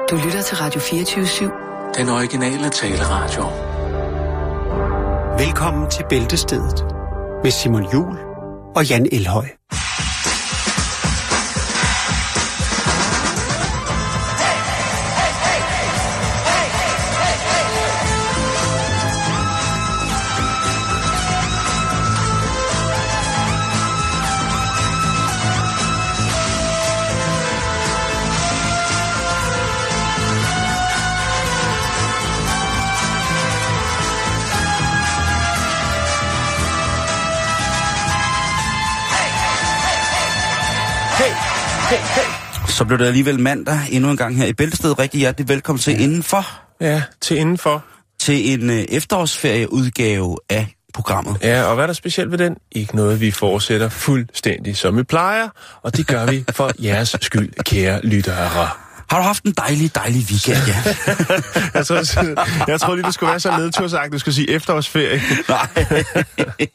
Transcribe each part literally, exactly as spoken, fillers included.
Du lytter til Radio fireogtyve syv. Den originale taleradio. Velkommen til Bæltestedet med Simon Juhl og Jan Elhøj. Så blev det alligevel mandag endnu en gang her i Bæltestedet. Rigtig hjertelig velkommen til Indenfor. Ja, til Indenfor. Til en øh, efterårsferieudgave af programmet. Ja, og hvad er der specielt ved den? Ikke noget, vi fortsætter fuldstændig som vi plejer, og det gør vi for jeres skyld, kære lyttere. Har du haft en dejlig, dejlig weekend, ja? jeg, tror, jeg tror lige, det skulle være så nedtursagt, du skulle sige efterårsferie. Nej.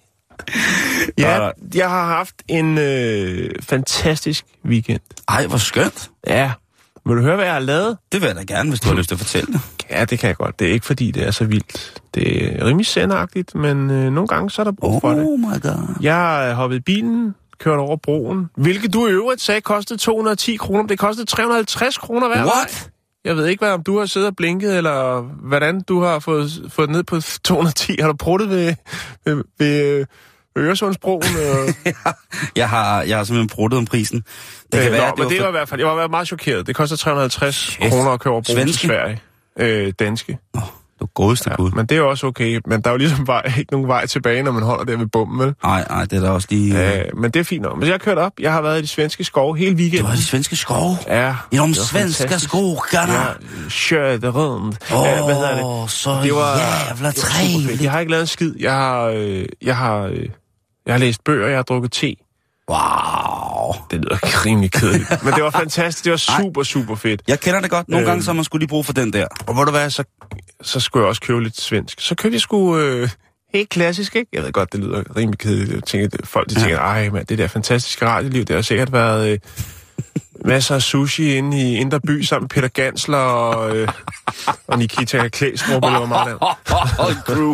Ja, jeg har haft en øh, fantastisk weekend. Ej, hvor skønt. Ja. Vil du høre, hvad jeg har lavet? Det vil jeg da gerne, hvis du har lyst til at fortælle det. Ja, det kan jeg godt. Det er ikke, fordi det er så vildt. Det er rimelig sendagtigt, men øh, nogle gange så er der brug oh for det. Oh my god. Jeg har hoppet i bilen, kørt over broen, hvilket du i øvrigt sagde kostede to hundrede og ti kroner, men det kostede tre hundrede og halvtreds kroner hver vej. What? Jeg ved ikke, hvad, om du har siddet og blinket, eller hvordan du har fået, fået ned på to hundrede og ti. Har du pruttet ved... ved, ved Øresundsbroen. Og... jeg, har, jeg har simpelthen bruttet om prisen. Det øh, kan være, nå, det men var det for... var i hvert fald, jeg var meget chokeret. Det koster tre hundrede og halvtreds kroner at køre over broen Svenske? til Sverige. Øh, danske. Nå, det var godeste ja, bud. men det er også okay. Men der er jo ligesom vej, ikke nogen vej tilbage, når man holder der ved bomben, vel? Nej, nej, det er da også lige... Øh, men det er fint nok. Men jeg har kørt op. Jeg har været i de svenske skove hele weekenden. Det var de svenske skove? Ja. I de svenske skogarna? Ja, kørte rundt. Åh, ja, hvad hedder det? så det var, jævla trevligt. Jeg har ikke lavet en skid. Jeg har... Øh, jeg har øh, Jeg har læst bøger, jeg har drukket te. Wow. Det lyder rimelig kedeligt. Men det var fantastisk, det var super, super fedt. Jeg kender det godt. Nogle øh, gange så man skulle lige bruge for den der. Og hvor du hvad, så, så skulle jeg også købe lidt svensk. Så købte jeg sgu øh, helt klassisk, ikke? Jeg ved godt, det lyder rimelig kedeligt. Jeg tænker, folk de tænker, ej mand, det der fantastiske radioliv, det har sikkert været... Øh, masser af sushi inde i Indre By sammen med Peter Gansler og, øh, og Nikita Klæstrup, eller hvor meget der. Og crew.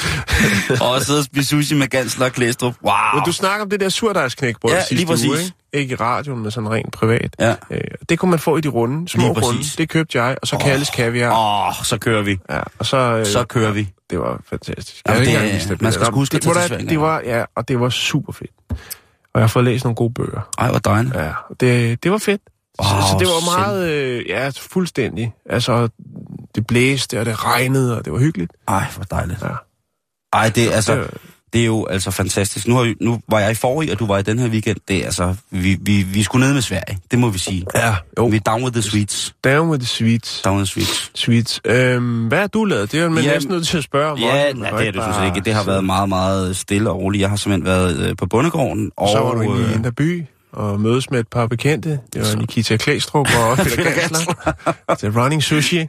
Og sidde og spise sushi med Gansler og Klæstrup. Wow. Men du snakker om det der surdejsknækbrød ja, sidste lige uge, ikke? Ikke i radioen, men sådan rent privat. Ja. Øh, det kunne man få i de runde, små runde. Det købte jeg, og så oh. kaldes kaviar. Åh, oh, så kører vi. Ja, og så, øh, så kører vi. Det var fantastisk. Jamen, det, det, det, man skal sgu huske det, til det, det var, ja, og det var super fedt. Og jeg har fået læst nogle gode bøger. Ej, hvor dejligt. Ja, det, det var fedt. Oh, så, så det var meget, øh, ja, fuldstændig. Altså, det blæste, og det regnede, og det var hyggeligt. Ej, hvor dejligt. Ja. Ej, det, altså, det er jo altså fantastisk. Nu, har, nu var jeg i forrige, og du var i den her weekend. Det er altså, vi, vi, vi skulle ned med Sverige. Det må vi sige. Ja, jo. Vi er down with the sweets. Down with the sweets. Down with the sweets. Sweets. Øhm, hvad har du lavet? Det er man næsten nødt til at spørge om. Ja, nej, det er du synes jeg ikke. Det har været meget, meget stille og roligt. Jeg har simpelthen været øh, på bondegården. Og så var du inde i Indre By og mødes med et par bekendte. Det var Nikita Klæstrup og Peter Gansler. Til Running Sushi.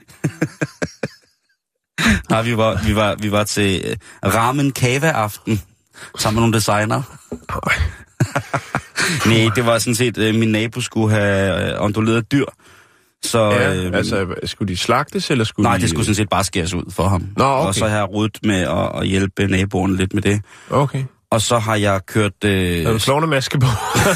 Nej, vi var, vi var, vi var til uh, ramen kava-aften sammen med nogle designer. Nej, det var sådan set, uh, min nabo skulle have uh, onduleret dyr. Så, ja, øh, altså, skulle de slagtes, eller skulle nej, de... det skulle sådan set bare skæres ud for ham. Nå, okay. Og så har jeg rodet med at, at hjælpe naboerne lidt med det. Okay. Og så har jeg kørt... Øh, har du klovnemaske på?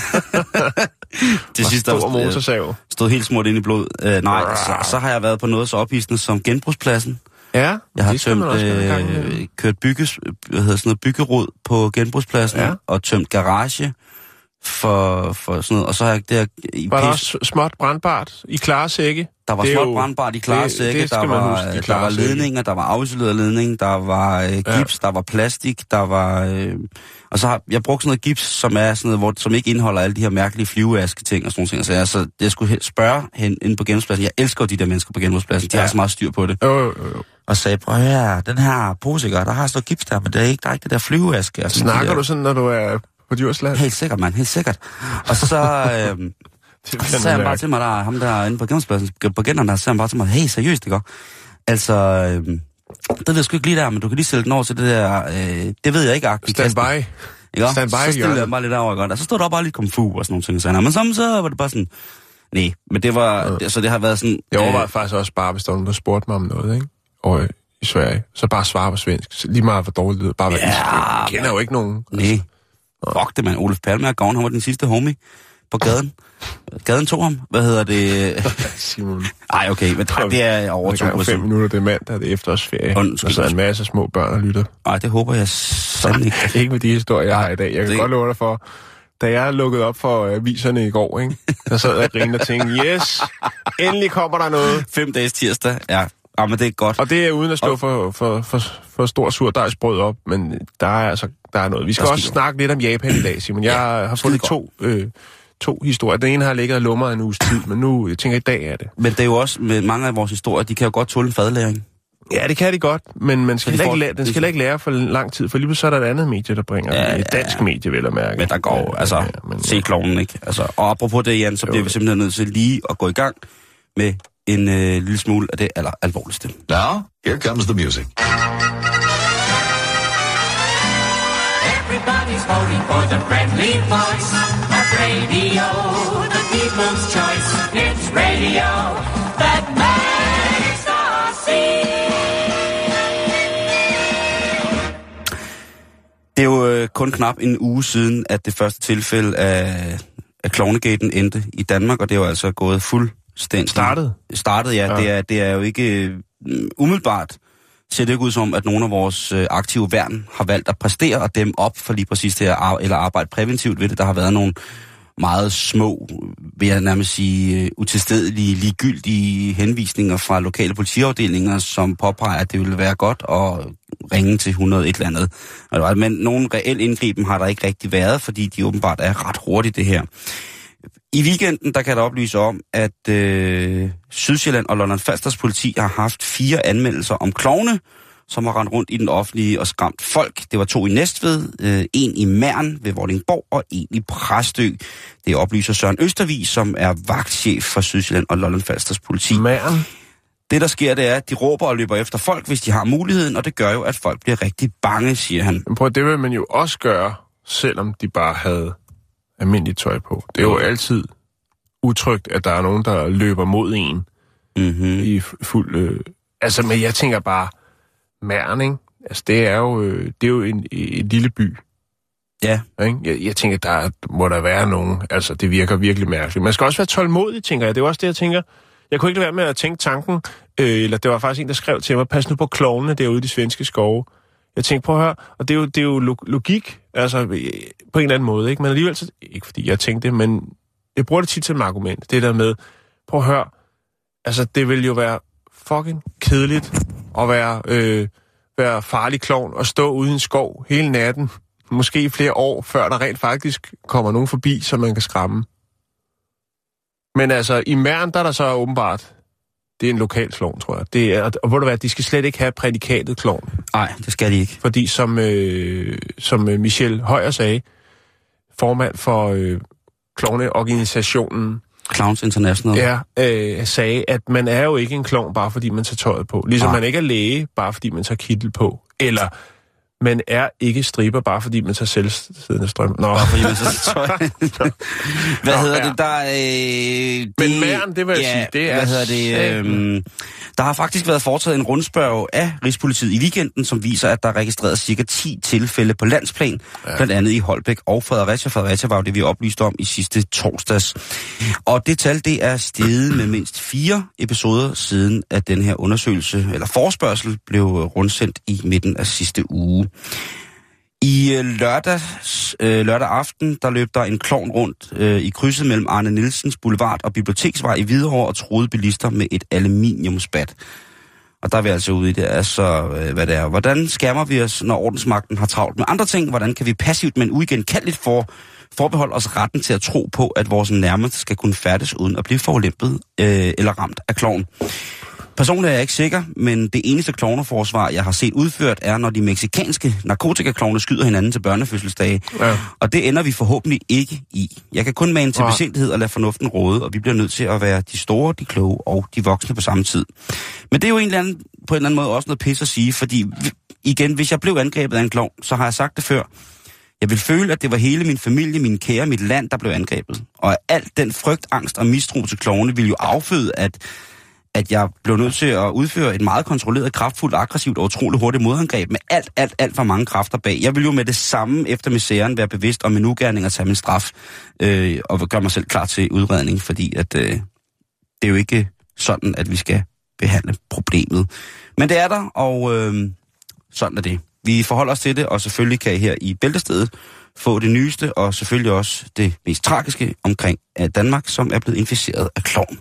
det sidste stor motorsav. Stod helt smurt ind i blod. Uh, nej, så, så har jeg været på noget så ophidsende som genbrugspladsen. Ja, jeg har tømt, øh, kørt bygges, hvad hedder sådan noget, byggerod på genbrugspladsen, ja. Og tømt garage for, for sådan noget. Og så har jeg der... I var der også småt brandbart i klare sække? Der var småt brandbart i klare sække, det, det der, var, huske, der var ledninger, der var afisoleret ledning, der var øh, gips, ja. Der var plastik, der var... Øh, og så har jeg brugt sådan noget gips, som er sådan noget, hvor, som ikke indeholder alle de her mærkelige flyveaske ting og sådan nogle ting. Så jeg, så jeg skulle spørge hen inde på genbrugspladsen. Jeg elsker de der mennesker på genbrugspladsen. De ja. Har så meget styr på det. Jo, jo, jo. Og sagde, prøv her, den her pose, der har stået gips der, men det er ikke, der er ikke det der flyveaske. Snakker der. Du sådan, når du er på Djursland? Helt sikkert, mand, helt sikkert. Og så... Øh, og så sagde han bare til mig, der ham der inde på genbrugspladsen, på generne, der sagde han bare til mig, hey, seriøst, det går. Altså, øh, det ved jeg sgu ikke lige der, men du kan lige sælge den over til det der, øh, det ved jeg ikke, agtigt. Stand by. Ikke? Så stillede jeg bare lidt over, godt. Og så stod der bare lidt komfu og sådan nogle ting. Så, men så, så var det bare sådan, Nej, men det var... Ja. Det, så det har været sådan... Jeg overvejede øh, faktisk også bare, hvis der var nogen, der spurgte mig om noget, ikke? Og øh, i Sverige, så bare svare på svensk. Så lige meget, hvor dårligt det bare være ja, jeg kender jo ikke nogen. Nej. Altså. Fuck det, man. Oluf Palme er gavn. Han var den sidste homie på gaden. Gaden tog ham. Hvad hedder det? Simon. Ej, okay. Men det er over to procent. fem minutter, det er mandag, det er efterårsferie. Undskyld. Der sidder en masse små børn og lytter. Nej, det håber jeg sandt ikke. Ikke med de historier, jeg har i dag. Jeg kan det... godt love dig for, da jeg lukkede op for aviserne i går, ikke? Der sad jeg og grinede og tænkte, yes, endelig kommer der noget. Fem dages tirsdag, ja. Ja, men det er godt. Og det er uden at stå for, for, for, for stor surdejsbrød op, men der er altså der er noget. Vi skal, skal også snakke lidt om Japan i dag, Simon. Jeg ja, har fundet to, øh, to historier. Den ene har ligget og lumret en uges tid, men nu, jeg tænker, i dag er det. Men det er jo også med mange af vores historier, de kan jo godt tåle en fadlæring. Ja, det kan de godt, men man skal, ikke, lære, den skal ikke lære for lang tid, for lige pludselig så er der et andet medie, der bringer ja, et dansk ja, medie, vel at mærke. Men der går, ja, altså, ja, men, se klovnen, ikke? Altså, og apropos det, Jan, så bliver vi simpelthen nødt til lige at gå i gang med en øh, lille smule af det aller alvorligste. Now, here comes the music. Everybody's voting for the friendly voice of radio, the people's choice. It's radio that makes us see. Det er jo øh, kun knap en uge siden, at det første tilfælde af, af Klovnegaten endte i Danmark, og det er jo altså gået fuldstændig... Startet? Startet, ja. ja. Det, er, det er jo ikke uh, umiddelbart... ser det ikke ud som, at nogle af vores øh, aktive værn har valgt at præstere og dem op for lige præcis det her, eller arbejde præventivt ved det. Der har været nogle meget små, vil jeg nærmest sige, øh, utilstedelige, ligegyldige henvisninger fra lokale politiafdelinger, som påpeger, at det ville være godt at ringe til hundrede et eller andet. Men nogen reel indgriben har der ikke rigtig været, fordi de åbenbart er ret hurtigt det her. I weekenden, der kan der oplyse om, at øh, Sydsjælland og Lolland Falsters politi har haft fire anmeldelser om klovne, som har rendt rundt i den offentlige og skræmt folk. Det var to i Næstved, øh, en i Mern ved Vordingborg og en i Præstø. Det oplyser Søren Østervig, som er vagtchef for Sydsjælland og Lolland Falsters politi. Mern. Det, der sker, det er, at de råber og løber efter folk, hvis de har muligheden, og det gør jo, at folk bliver rigtig bange, siger han. Men prøv, det vil man jo også gøre, selvom de bare havde almindeligt tøj på. Det er jo altid utrygt, at der er nogen, der løber mod en mm-hmm. i fuld... Øh, altså, men jeg tænker bare, Mern, ikke? Altså, det er jo, øh, det er jo en, en lille by. Ja. Ikke? Jeg, jeg tænker, der må der være nogen. Altså, det virker virkelig mærkeligt. Man skal også være tålmodig, tænker jeg. Det er også det, jeg tænker. Jeg kunne ikke lade være med at tænke tanken, øh, eller det var faktisk en, der skrev til mig, pas nu på klovnene derude i de svenske skove. Jeg tænkte, prøv at høre, og det er jo, det er jo logik, altså på en eller anden måde, ikke? Men alligevel, så, ikke fordi jeg tænkte det, men jeg bruger det tit som argument, det der med, prøv at høre, altså det vil jo være fucking kedeligt at være, øh, være farlig klovn og stå ude i en skov hele natten, måske i flere år, før der rent faktisk kommer nogen forbi, som man kan skræmme. Men altså, i Mern, der er der så åbenbart, det er en lokal klovn, tror jeg. Det er, og hvor det være, de skal slet ikke have prædikatet klovn. Nej, det skal de ikke. Fordi som, øh, som Michel Højer sagde, formand for øh, klovneorganisationen Clowns International, ja, øh, sagde, at man er jo ikke en klovn, bare fordi man tager tøjet på. Ligesom Nej. Man ikke er læge, bare fordi man tager kittel på. Eller man er ikke striber, bare fordi man tager selvsiddende strøm. Nå, bare fordi man tager tøj. Hvad Nå, hedder ja. det? Der, øh, Men de, Mern, det vil jeg ja, sige, det er... Hvad hedder det? Øh, der har faktisk været foretaget en rundspørg af Rigspolitiet i weekenden, som viser, at der er registreret cirka ti tilfælde på landsplan, ja. Blandt andet i Holbæk og Fredericia. Fredericia var jo det, vi oplyste om i sidste torsdags. Og det tal, det er steget med mindst fire episoder siden, at den her undersøgelse, eller forespørgsel, blev rundsendt i midten af sidste uge. I lørdag, øh, lørdag aften, der løb der en klovn rundt øh, i krydset mellem Arne Nielsens Boulevard og Biblioteksvej i Hvidovre og troede bilister med et aluminiumsbat. Og der er vi altså ude i det, altså, øh, hvad det er. Hvordan skærmer vi os, når ordensmagten har travlt med andre ting? Hvordan kan vi passivt, men uigenkaldeligt for, forbeholde os retten til at tro på, at vores nærmeste skal kunne færdes uden at blive forulempet øh, eller ramt af klovn? Personligt er jeg ikke sikker, men det eneste klovneforsvar, jeg har set udført, er, når de meksikanske narkotikaklovne skyder hinanden til børnefødselsdage. Ja. Og det ender vi forhåbentlig ikke i. Jeg kan kun mane til besindighed og lade fornuften råde, og vi bliver nødt til at være de store, de kloge og de voksne på samme tid. Men det er jo en eller anden, på en eller anden måde også noget pis at sige, fordi igen, hvis jeg blev angrebet af en klovn, så har jeg sagt det før, Jeg ville føle, at det var hele min familie, min kære, mit land, der blev angrebet. Og alt den frygt, angst og mistro til klovne ville jo afføde, at, at jeg blev nødt til at udføre et meget kontrolleret, kraftfuldt, aggressivt og utroligt hurtigt modangreb med alt, alt, alt for mange kræfter bag. Jeg ville jo med det samme efter misæren være bevidst om min ugerning og tage min straf øh, og gøre mig selv klar til udredning, fordi at, øh, det er jo ikke sådan, at vi skal behandle problemet. Men det er der, og øh, sådan er det. Vi forholder os til det, og selvfølgelig kan I her i Bæltestedet få det nyeste, og selvfølgelig også det mest tragiske omkring Danmark, som er blevet inficeret af klovn.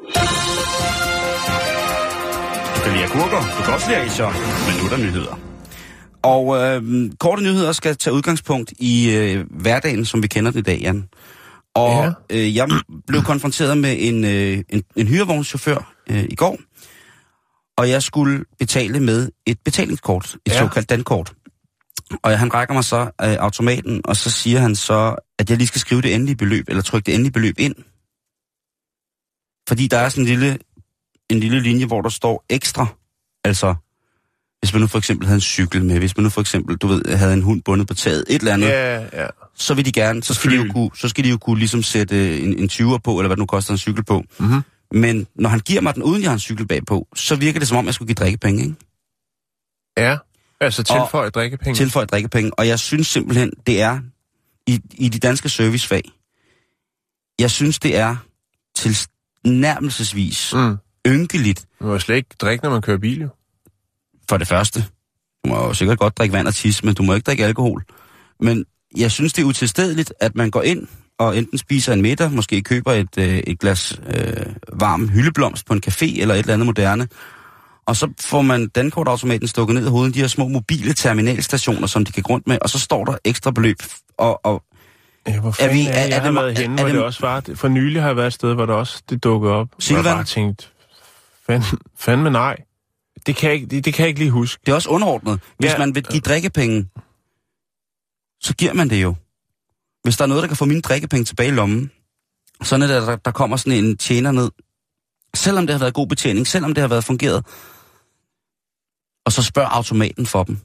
Du kan lide agurker, du kan også lide især, men nu er der nyheder. Og øh, korte nyheder skal tage udgangspunkt i øh, hverdagen, som vi kender den i dag, Jan. Og ja. øh, jeg blev konfronteret med en, øh, en, en hyrevognschauffør øh, i går, og jeg skulle betale med et betalingskort, et ja. såkaldt dankort. Og han rækker mig så af automaten, og så siger han så, at jeg lige skal skrive det endelige beløb, eller trykke det endelige beløb ind. Fordi der er sådan en lille, en lille linje, hvor der står ekstra. Altså, hvis man nu for eksempel havde en cykel med, hvis man nu for eksempel, du ved, havde en hund bundet på taget, et eller andet, ja, ja. så vil de gerne, så skal de jo kunne, så skal de jo kunne ligesom sætte en, en tyver på, eller hvad det nu koster en cykel på. Mm-hmm. Men når han giver mig den, uden jeg har en cykel bagpå, så virker det som om, jeg skulle give drikkepenge, ikke? Ja, altså tilføje drikkepenge. Tilføje drikkepenge, og jeg synes simpelthen, det er, i, i de danske servicefag, jeg synes, det er tilnærmelsesvis mm. ynkeligt. Man må slet ikke drikke, når man kører bil, jo. For det første. Du må jo sikkert godt drikke vand og tisse, men du må ikke drikke alkohol. Men jeg synes, det er utilstedeligt, at man går ind og enten spiser en middag, måske køber et, øh, et glas øh, varm hyldeblomst på en café eller et eller andet moderne, og så får man dankortautomaten stukket ned i hovedet, de her små mobile terminalstationer, som de kan gå rundt med, og så står der ekstra beløb. Og, og ja, hvor fanden er, vi, er, er, jeg er har det, været henne, er, hvor det, det også var. For nylig har jeg været et sted, hvor det også det dukkede op. Silvan? Jeg har bare tænkt, fandme, fandme nej. Det kan, jeg ikke, det, det kan jeg ikke lige huske. Det er også underordnet. Hvis ja, man vil give drikkepenge, så giver man det jo. Hvis der er noget, der kan få mine drikkepenge tilbage i lommen, så er det, der, der kommer sådan en tjener ned, selvom det har været god betjening, selvom det har været fungeret, og så spørger automaten for dem.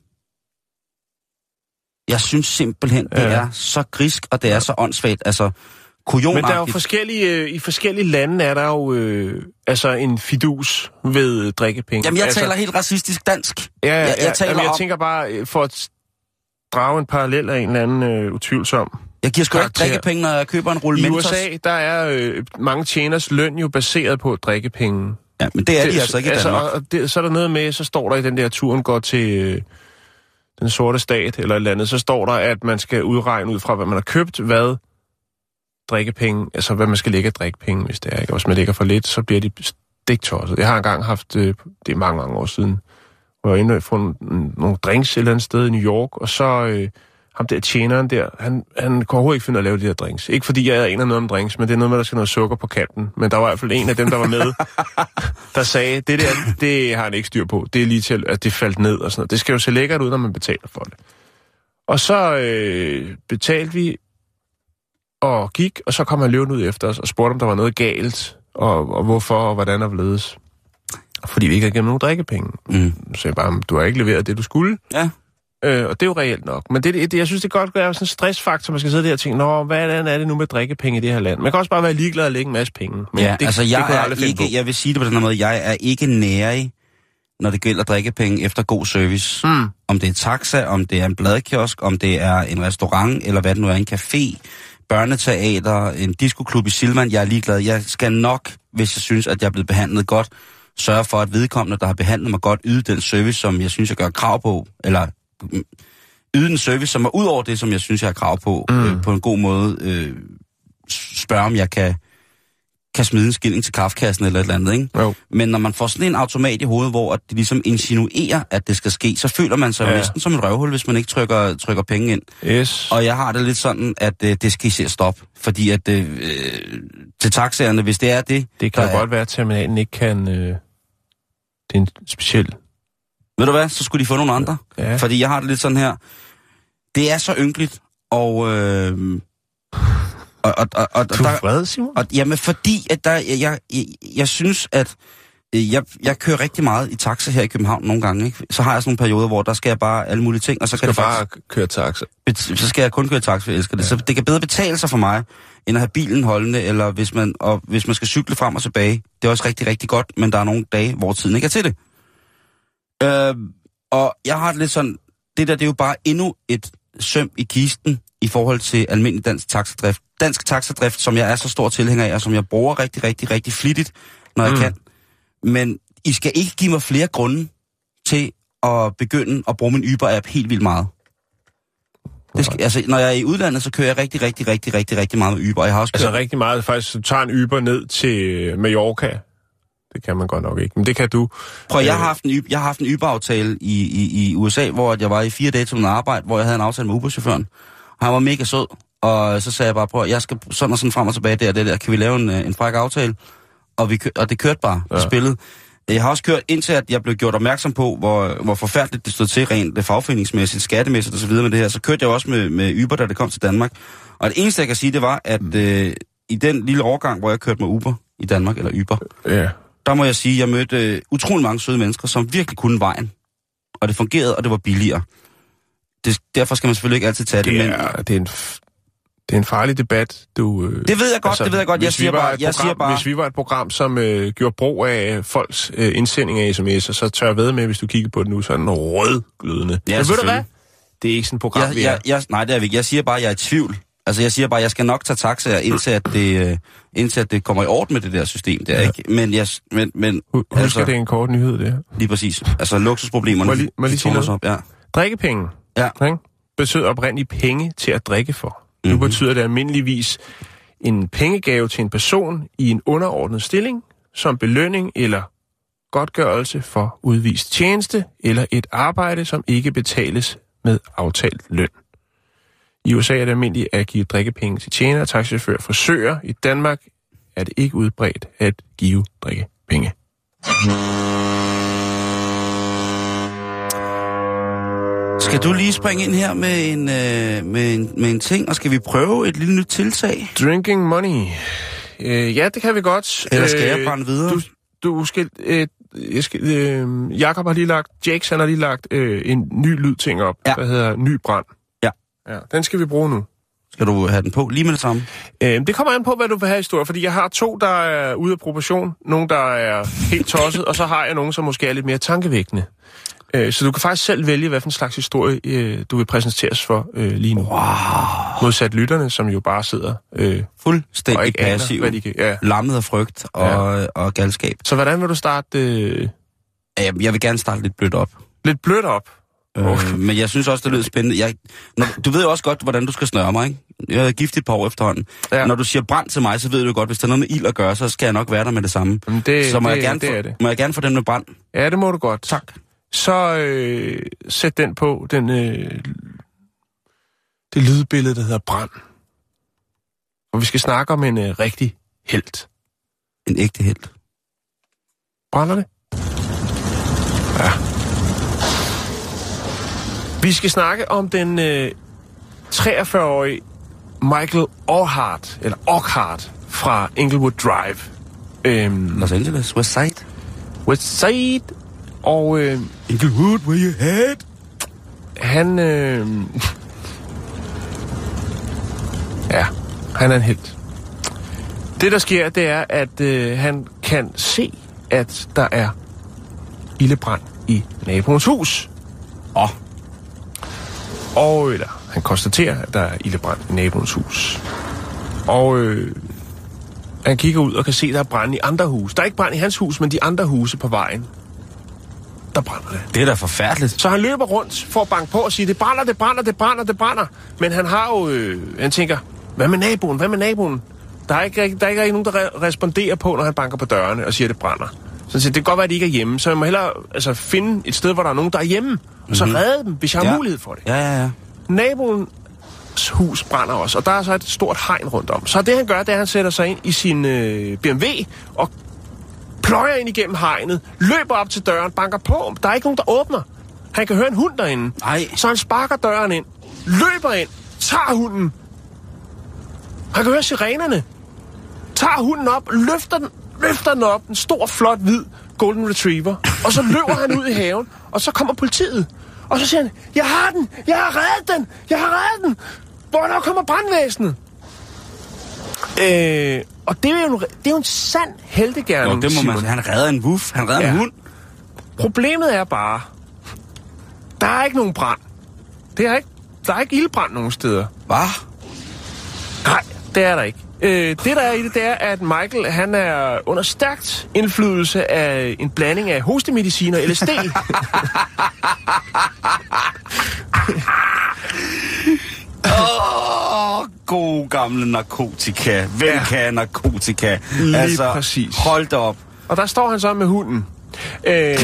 Jeg synes simpelthen, det ja. er så grisk, og det er så åndssvagt, altså kujonagtigt. Men der er jo forskellige, i forskellige lande er der jo øh, altså en fidus ved drikkepenge. Jamen, jeg altså, taler helt racistisk dansk. Ja, ja, jeg, jeg, taler jamen, jeg om, tænker bare, for at drage en parallel af en eller anden øh, utvivlsom. Jeg giver sgu ikke drikkepenge, når jeg køber en rulle I Mentos. U S A, der er øh, mange tjeners løn jo baseret på drikkepenge. Ja, men det er det, de altså ikke i Danmark. Altså, og det, så er der noget med, så står der i den der turen går til øh, den sorte stat eller et eller andet, så står der, at man skal udregne ud fra, hvad man har købt, hvad drikkepenge, altså hvad man skal lægge af drikkepenge, hvis det er, ikke? Og hvis man lægger for lidt, så bliver de stiktosset. Jeg har engang haft, øh, det er mange, mange år siden, hvor jeg var inde og få nogle drinks et eller andet sted i New York, og så øh, ham der tjeneren der, han, han kunne overhovedet ikke finde at lave de her drinks. Ikke fordi jeg aner noget om drinks, men det er noget med, der skal noget sukker på kanten. Men der var i hvert fald en af dem, der var med, der sagde, det der, det har han ikke styr på. Det er lige til, at det faldt ned og sådan noget. Det skal jo se lækkert ud, når man betaler for det. Og så øh, betalte vi og gik, og så kom han løbende ud efter os og spurgte, om der var noget galt, og, og hvorfor, og hvordan og hvorledes. Fordi vi ikke havde gennem nogen drikkepenge. Mm. Så jeg bare, du har ikke leveret det, du skulle. Ja. Øh, og det er jo reelt nok. Men det, det, jeg synes, det godt gør sådan en stressfaktor, man skal sidde der og tænke, nå, hvad er det nu med drikkepenge i det her land? Man kan også bare være ligeglad og lægge en masse penge. Men ja, det, altså jeg det er ikke, jeg vil sige det på den her måde, jeg er ikke nærig, når det gælder drikkepenge efter god service. Mm. Om det er taxa, om det er en bladkiosk, om det er en restaurant, eller hvad det nu er, en café, børneteater, en diskoklub i Silvan, jeg er ligeglad. Jeg skal nok, hvis jeg synes, at jeg er blevet behandlet godt, sørge for, at vedkommende, der har behandlet mig godt, yde den service, som jeg synes, jeg gør krav på, eller yde en service, som er ud over det, som jeg synes, jeg har krav på, mm. øh, på en god måde. Øh, spørge, om jeg kan, kan smide en skilling til kaffekassen eller et eller andet, ikke? Jo. Men når man får sådan en automat i hovedet, hvor det ligesom insinuerer, at det skal ske, så føler man sig ja. næsten som en røvhul, hvis man ikke trykker, trykker penge ind. Yes. Og jeg har det lidt sådan, at øh, det skal I se at stoppe. Fordi at øh, til taxaerne, hvis det er det... Det kan jo er, godt være, at terminalen ikke kan... Øh, det er en speciel... Ved du hvad? Så skulle de få nogle andre. Ja. Fordi jeg har det lidt sådan her. Det er så ynkeligt, og... Øh, og, og, og, og du er vred, Simon? Og, jamen, fordi at der, jeg, jeg, jeg synes, at Jeg, jeg kører rigtig meget i taxa her i København nogle gange, ikke? Så har jeg sådan nogle perioder, hvor der skal jeg bare alle mulige ting, og så skal kan det bare faktisk... køre taxa. Så skal jeg kun køre taxa, for jeg elsker det. Ja. Så det kan bedre betale sig for mig, end at have bilen holdende, eller hvis man, og hvis man skal cykle frem og tilbage. Det er også rigtig, rigtig godt, men der er nogle dage, hvor tiden ikke er til det. Øh, og jeg har det lidt sådan, det der, det er jo bare endnu et søm i kisten i forhold til almindelig dansk taxadrift. Dansk taxadrift, som jeg er så stor tilhænger af, og som jeg bruger rigtig, rigtig, rigtig flittigt, når jeg mm. kan. Men I skal ikke give mig flere grunde til at begynde at bruge min Uber-app helt vildt meget. Det skal, altså, når jeg er i udlandet, så kører jeg rigtig, rigtig, rigtig, rigtig, rigtig meget med Uber. Jeg har også kørt... Altså rigtig meget, faktisk, du tager en Uber ned til Mallorca. Det kan man godt nok ikke, men det kan du. Prøv, jeg har haft en, jeg har haft en Uber-aftale i, i, i U S A, hvor jeg var i fire dage til min arbejde, hvor jeg havde en aftale med Uber-chaufføren. Han var mega sød, og så sagde jeg bare, prøv, jeg skal sådan og sådan frem og tilbage der og det der. Kan vi lave en, en fræk aftale? Og, vi, og det kørte bare, ja. Det spillede. Jeg har også kørt indtil, at jeg blev gjort opmærksom på, hvor, hvor forfærdeligt det stod til rent fagforeningsmæssigt, skattemæssigt og så videre med det her. Så kørte jeg også med, med Uber, da det kom til Danmark. Og det eneste, jeg kan sige, det var, at øh, i den lille overgang, hvor jeg kørte med Uber i Danmark, eller Uber, ja. Der må jeg sige, at jeg mødte øh, utrolig mange søde mennesker, som virkelig kunne vejen. Og det fungerede, og det var billigere. Det, derfor skal man selvfølgelig ikke altid tage det, det men... Er, det er en... Det er en farlig debat, du... Øh, det ved jeg godt, altså, det ved jeg godt. Jeg siger bare, jeg program, siger bare... Hvis vi var et program, som øh, gjorde brug af folks øh, indsending af sms'er, så tør jeg ved med, hvis du kigger på det nu, så er den rødglødende. Ja, men ved du hvad? Det er ikke sådan et program, jeg, vi er. Jeg, jeg, nej, det er vi ikke. Jeg siger bare, at jeg er i tvivl. Altså, jeg siger bare, at jeg skal nok tage taxaer, indtil at det, øh, indtil at det kommer i orden med det der system. Det er ja. ikke. Men jeg... Men, men, Husk, altså, det er en kort nyhed, det her. Lige præcis. Altså, luksusproblemerne... Må lige, må lige sige noget? Op, ja. Drikkepenge. Ja. Ikke? Betød oprindeligt penge til at drikke for. Nu betyder det almindeligvis en pengegave til en person i en underordnet stilling, som belønning eller godtgørelse for udvist tjeneste, eller et arbejde, som ikke betales med aftalt løn. I U S A er det almindeligt at give drikkepenge til tjenere, taxichauffører, frisører. I Danmark er det ikke udbredt at give drikkepenge. Skal du lige springe ind her med en, øh, med en, med en ting, og skal vi prøve et lille nyt tiltag? Drinking money. Øh, ja, det kan vi godt. Eller skal jeg brænde videre? Du, du skal... Øh, jeg skal øh, Jakob har lige lagt... Jakes, han har lige lagt øh, en ny lydting op, ja. Der hedder Ny Brand. Ja. Ja. Den skal vi bruge nu. Skal du have den på lige med det samme? Øh, det kommer an på, hvad du vil have i historie, fordi jeg har to, der er ude af proportion, nogle, der er helt tosset, og så har jeg nogle, som måske er lidt mere tankevækkende. Så du kan faktisk selv vælge, hvad for en slags historie øh, du vil præsenteres for øh, lige nu. Wow. Modsat lytterne, som jo bare sidder øh, fuldstændig passiv, ja. Lammet af frygt og, ja. og galskab. Så hvordan vil du starte? Øh... Jeg, jeg vil gerne starte lidt blødt op. Lidt blødt op? Okay. Øh, men jeg synes også, det lyder spændende. Jeg, når, du ved jo også godt, hvordan du skal snøre mig, ikke? Jeg er gift et par år efterhånden. Ja. Når du siger brand til mig, så ved du godt, hvis der er noget med ild at gøre, så skal jeg nok være der med det samme. Det, så må, det, jeg gerne det få, er det. må jeg gerne få den med brand? Ja, det må du godt. Tak. Så øh, sæt den på, den, øh, det lydbillede, der hedder brand. Og vi skal snakke om en øh, rigtig helt. En ægte helt. Brænder det? Ja. Vi skal snakke om den øh, treogfyrre-årige Michael Orchard, eller Orchard, fra Inglewood Drive. Øhm, Los Angeles, West Side. West Side. Og øh, Inglewood, where you head? Han øh, ja, han er en helt. Det der sker, det er at øh, han kan se, at der er ildebrand i naboens hus. Åh. Og eller han konstaterer, at der er ildebrand i naboens hus. Og øh, han kigger ud og kan se, at der er brand i andre huse. Der er ikke brand i hans hus, men de andre huse på vejen. Der brænder det. Det er da forfærdeligt. Så han løber rundt for at banke på og sige, det brænder, det brænder, det brænder, det brænder. Men han har jo, øh, han tænker, hvad med naboen, hvad med naboen? Der er ikke, der er ikke nogen, der re- responderer på, når han banker på dørene og siger, det brænder. Så han siger, det kan godt være, at de ikke er hjemme, så jeg må hellere altså, finde et sted, hvor der er nogen, der er hjemme, mm-hmm. og så redde dem, hvis jeg har ja. mulighed for det. Ja, ja, ja. Naboens hus brænder også, og der er så et stort hegn rundt om. Så det han gør, det er, at han sætter sig ind i sin øh, B M W og pløjer ind igennem hegnet, løber op til døren, banker på. Der er ikke nogen, der åbner. Han kan høre en hund derinde. Ej. Så han sparker døren ind, løber ind, tager hunden. Han kan høre sirenerne. Tager hunden op, løfter den, løfter den op. En stor, flot, hvid golden retriever, og så løber han ud i haven, og så kommer politiet. Og så siger han, jeg har den, jeg har reddet den, jeg har reddet den. Hvornår kommer brandvæsenet? Øh, og det er, jo en, det er jo en sand heltegerning, Jo, det må man sige. Han redder en wuff, han redder ja. en hund. Problemet er bare, der er ikke nogen brand. Det er ikke, der er ikke ildbrand nogen steder. Hvad? Nej, det er der ikke. Øh, det der er i det, det er, at Michael, han er under stærkt indflydelse af en blanding af hostemedicin og L S D. Åh, oh, god gamle narkotika. Hvem ja. kan narkotika? Lige altså, præcis. Hold da op. Og der står han så med hunden. Øh,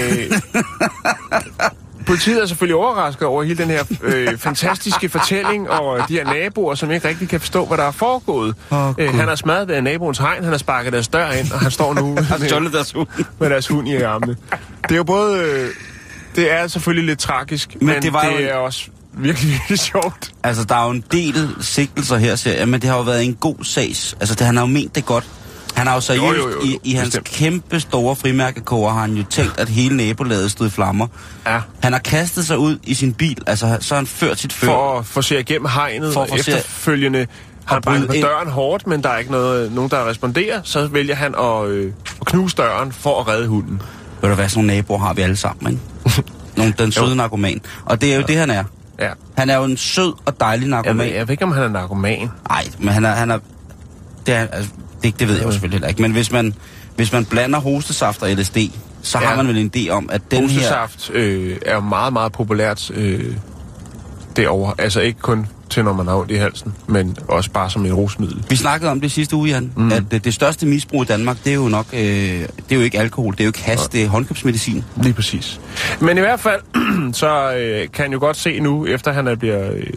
politiet er selvfølgelig overrasket over hele den her øh, fantastiske fortælling og de her naboer, som ikke rigtig kan forstå, hvad der er foregået. Oh, øh, han har smadret ved naboens hegn, han har sparket deres dør ind, og han står nu med, deres hund. med deres hund i armene. Det er jo både... Øh, det er selvfølgelig lidt tragisk, men, men det, var det jo... er også virkelig, virkelig sjovt. Altså, der er jo en del sigtelser her, siger jeg, men det har jo været en god sags. Altså, det, han har jo ment det godt. Han har jo seriøst, jo, jo, jo, jo. i, i hans Bestemt. kæmpe store frimærkekoger, har han jo tænkt, at hele nabolaget stod i flammer. Ja. Han har kastet sig ud i sin bil, altså så har han ført sit før. For at forsere igennem hegnet, for og efterfølgende har han banket på døren hårdt, men der er ikke noget, nogen, der responderer. Så vælger han at, øh, at knuse døren for at redde hunden. Ved du hvad, sådan nogle naboer har vi alle sammen, ikke? Nogle, den søde narkoman. Og det er jo ja. det, han er. Ja. Han er jo en sød og dejlig narkoman. Jeg ved, jeg ved ikke, om han er narkoman. Nej, men han er... Han er det, er, altså, det, det ved jeg jo selvfølgelig heller ikke. Men hvis man, hvis man blander hostesaft og L S D, så ja. har man vel en idé om, at den hostesaft, her... øh, er jo meget, meget populært øh, derovre. Altså ikke kun til, når man har ondt i halsen, men også bare som et rusmiddel. Vi snakkede om det sidste uge, Jan, mm. at det, det største misbrug i Danmark, det er jo nok, øh, det er jo ikke alkohol, det er jo ikke hash, det er håndkøbsmedicin. Lige præcis. Men i hvert fald, så øh, kan han jo godt se nu, efter han er bliver... Øh,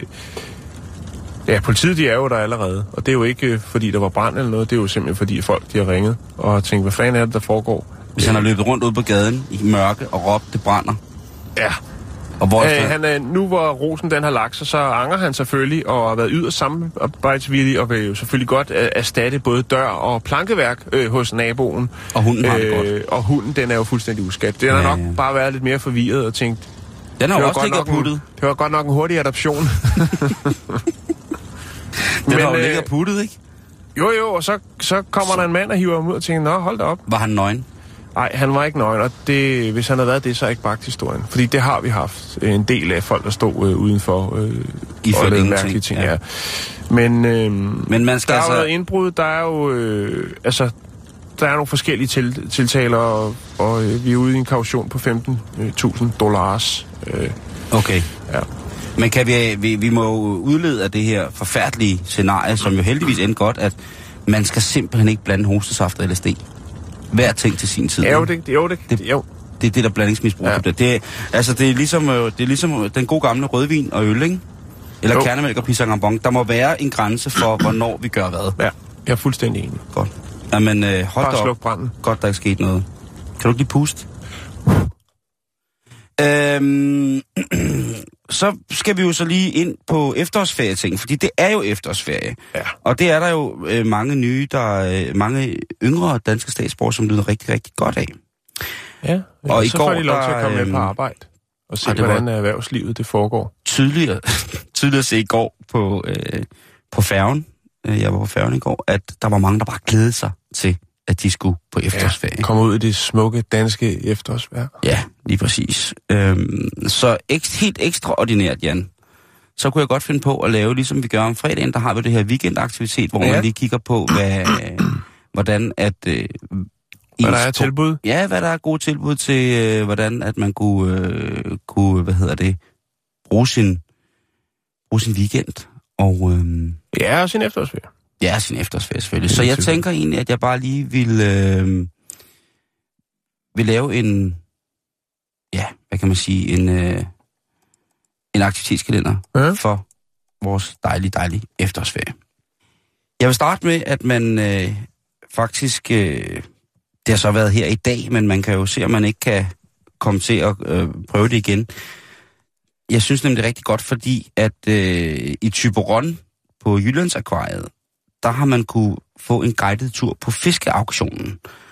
ja, politiet, de er jo der allerede, og det er jo ikke, øh, fordi der var brand eller noget, det er jo simpelthen, fordi folk, de har ringet og har tænkt, hvad fanden er det, der foregår? Hvis han har løbet rundt ude på gaden i mørke og råbt, det brænder. Ja. Og hvor Æh, han er, nu hvor rosen den har lagt sig, så anger han selvfølgelig og har været yderst samarbejdsvillig og vil jo selvfølgelig godt uh, erstatte både dør og plankeværk øh, hos naboen. Og hunden har det øh, godt. Og hunden, den er jo fuldstændig uskadt. Den har ja, nok ja. bare været lidt mere forvirret og tænkt... Den har jo også ligget puttet. Det var godt nok en hurtig adoption. Den Men, har jo øh, ligget puttet, ikke? Jo, jo, og så, så kommer så... der en mand og hiver ham ud og tænker, nå, hold da op. Var han nøgen? Nej, han var ikke nøgen, og det, hvis han havde været det, så er ikke bagt historien. Fordi det har vi haft en del af folk, der stod øh, udenfor øh, I og lavede mærkelige ting. Ja. Ja. Men, øh, Men man skal der altså... har været indbrud, der er jo... Øh, altså, der er nogle forskellige til, tiltaler, og, og øh, vi er ude i en kaution på femten tusind dollars. Øh, okay. Ja. Men kan vi, vi, vi må udlede af det her forfærdelige scenarie, som jo heldigvis endte godt, at man skal simpelthen ikke blande hostesaft og L S D. Hver ting til sin tid. Ja, jo, det, jo, det, det, jo. det er det, der blandingsmisbrug. Ja. Det, det, altså, det er, ligesom, det er ligesom den gode gamle rødvin og øl, ikke? Eller jo. Kernemælk og pisangambon. Der må være en grænse for, hvornår vi gør hvad. Ja, jeg er fuldstændig enig. Godt. Jamen, øh, hold Bare da sluk branden. Godt, der er sket noget. Kan du ikke lige puste? Øhm, så skal vi jo så lige ind på efterårsferie-ting, fordi det er jo efterårsferie. Ja. Og det er der jo øh, mange nye, der øh, mange yngre danske statsborgere, som lyder rigtig, rigtig godt af. Ja, ja og så i går, får de lov til at komme med på arbejde og se, og hvordan erhvervslivet det foregår. Tydeligere, tydeligere at se i går på, øh, på færgen, jeg var på færgen i går, at der var mange, der bare glædede sig til, at de skulle på efterårsferie. Ja, komme ud i det smukke danske efterårsvejr. Ja, lige præcis. Øhm, så ek, helt ekstraordinært, Jan, så kunne jeg godt finde på at lave, ligesom vi gør om fredagen, der har vi det her weekendaktivitet, hvor ja. man lige kigger på, hvad, hvordan at... Øh, hvad der er tilbud? Ja, hvad der er gode tilbud til, øh, hvordan at man kunne, øh, kunne, hvad hedder det, bruge sin, bruge sin weekend. Og, øh, ja, og sin efterårsferie. Ja, sin efterårsferie selvfølgelig. Så jeg tænker egentlig, at jeg bare lige vil, øh, vil lave en, ja, hvad kan man sige, en, øh, en aktivitetskalender ja. for vores dejlige, dejlige efterårsferie. Jeg vil starte med, at man øh, faktisk, øh, det har så været her i dag, men man kan jo se, at man ikke kan komme til at øh, prøve det igen. Jeg synes nemlig det er rigtig godt, fordi at øh, i Thyborøn på Jyllands Akvariet, der har man kunne få en guided tur på fiskeauktionen.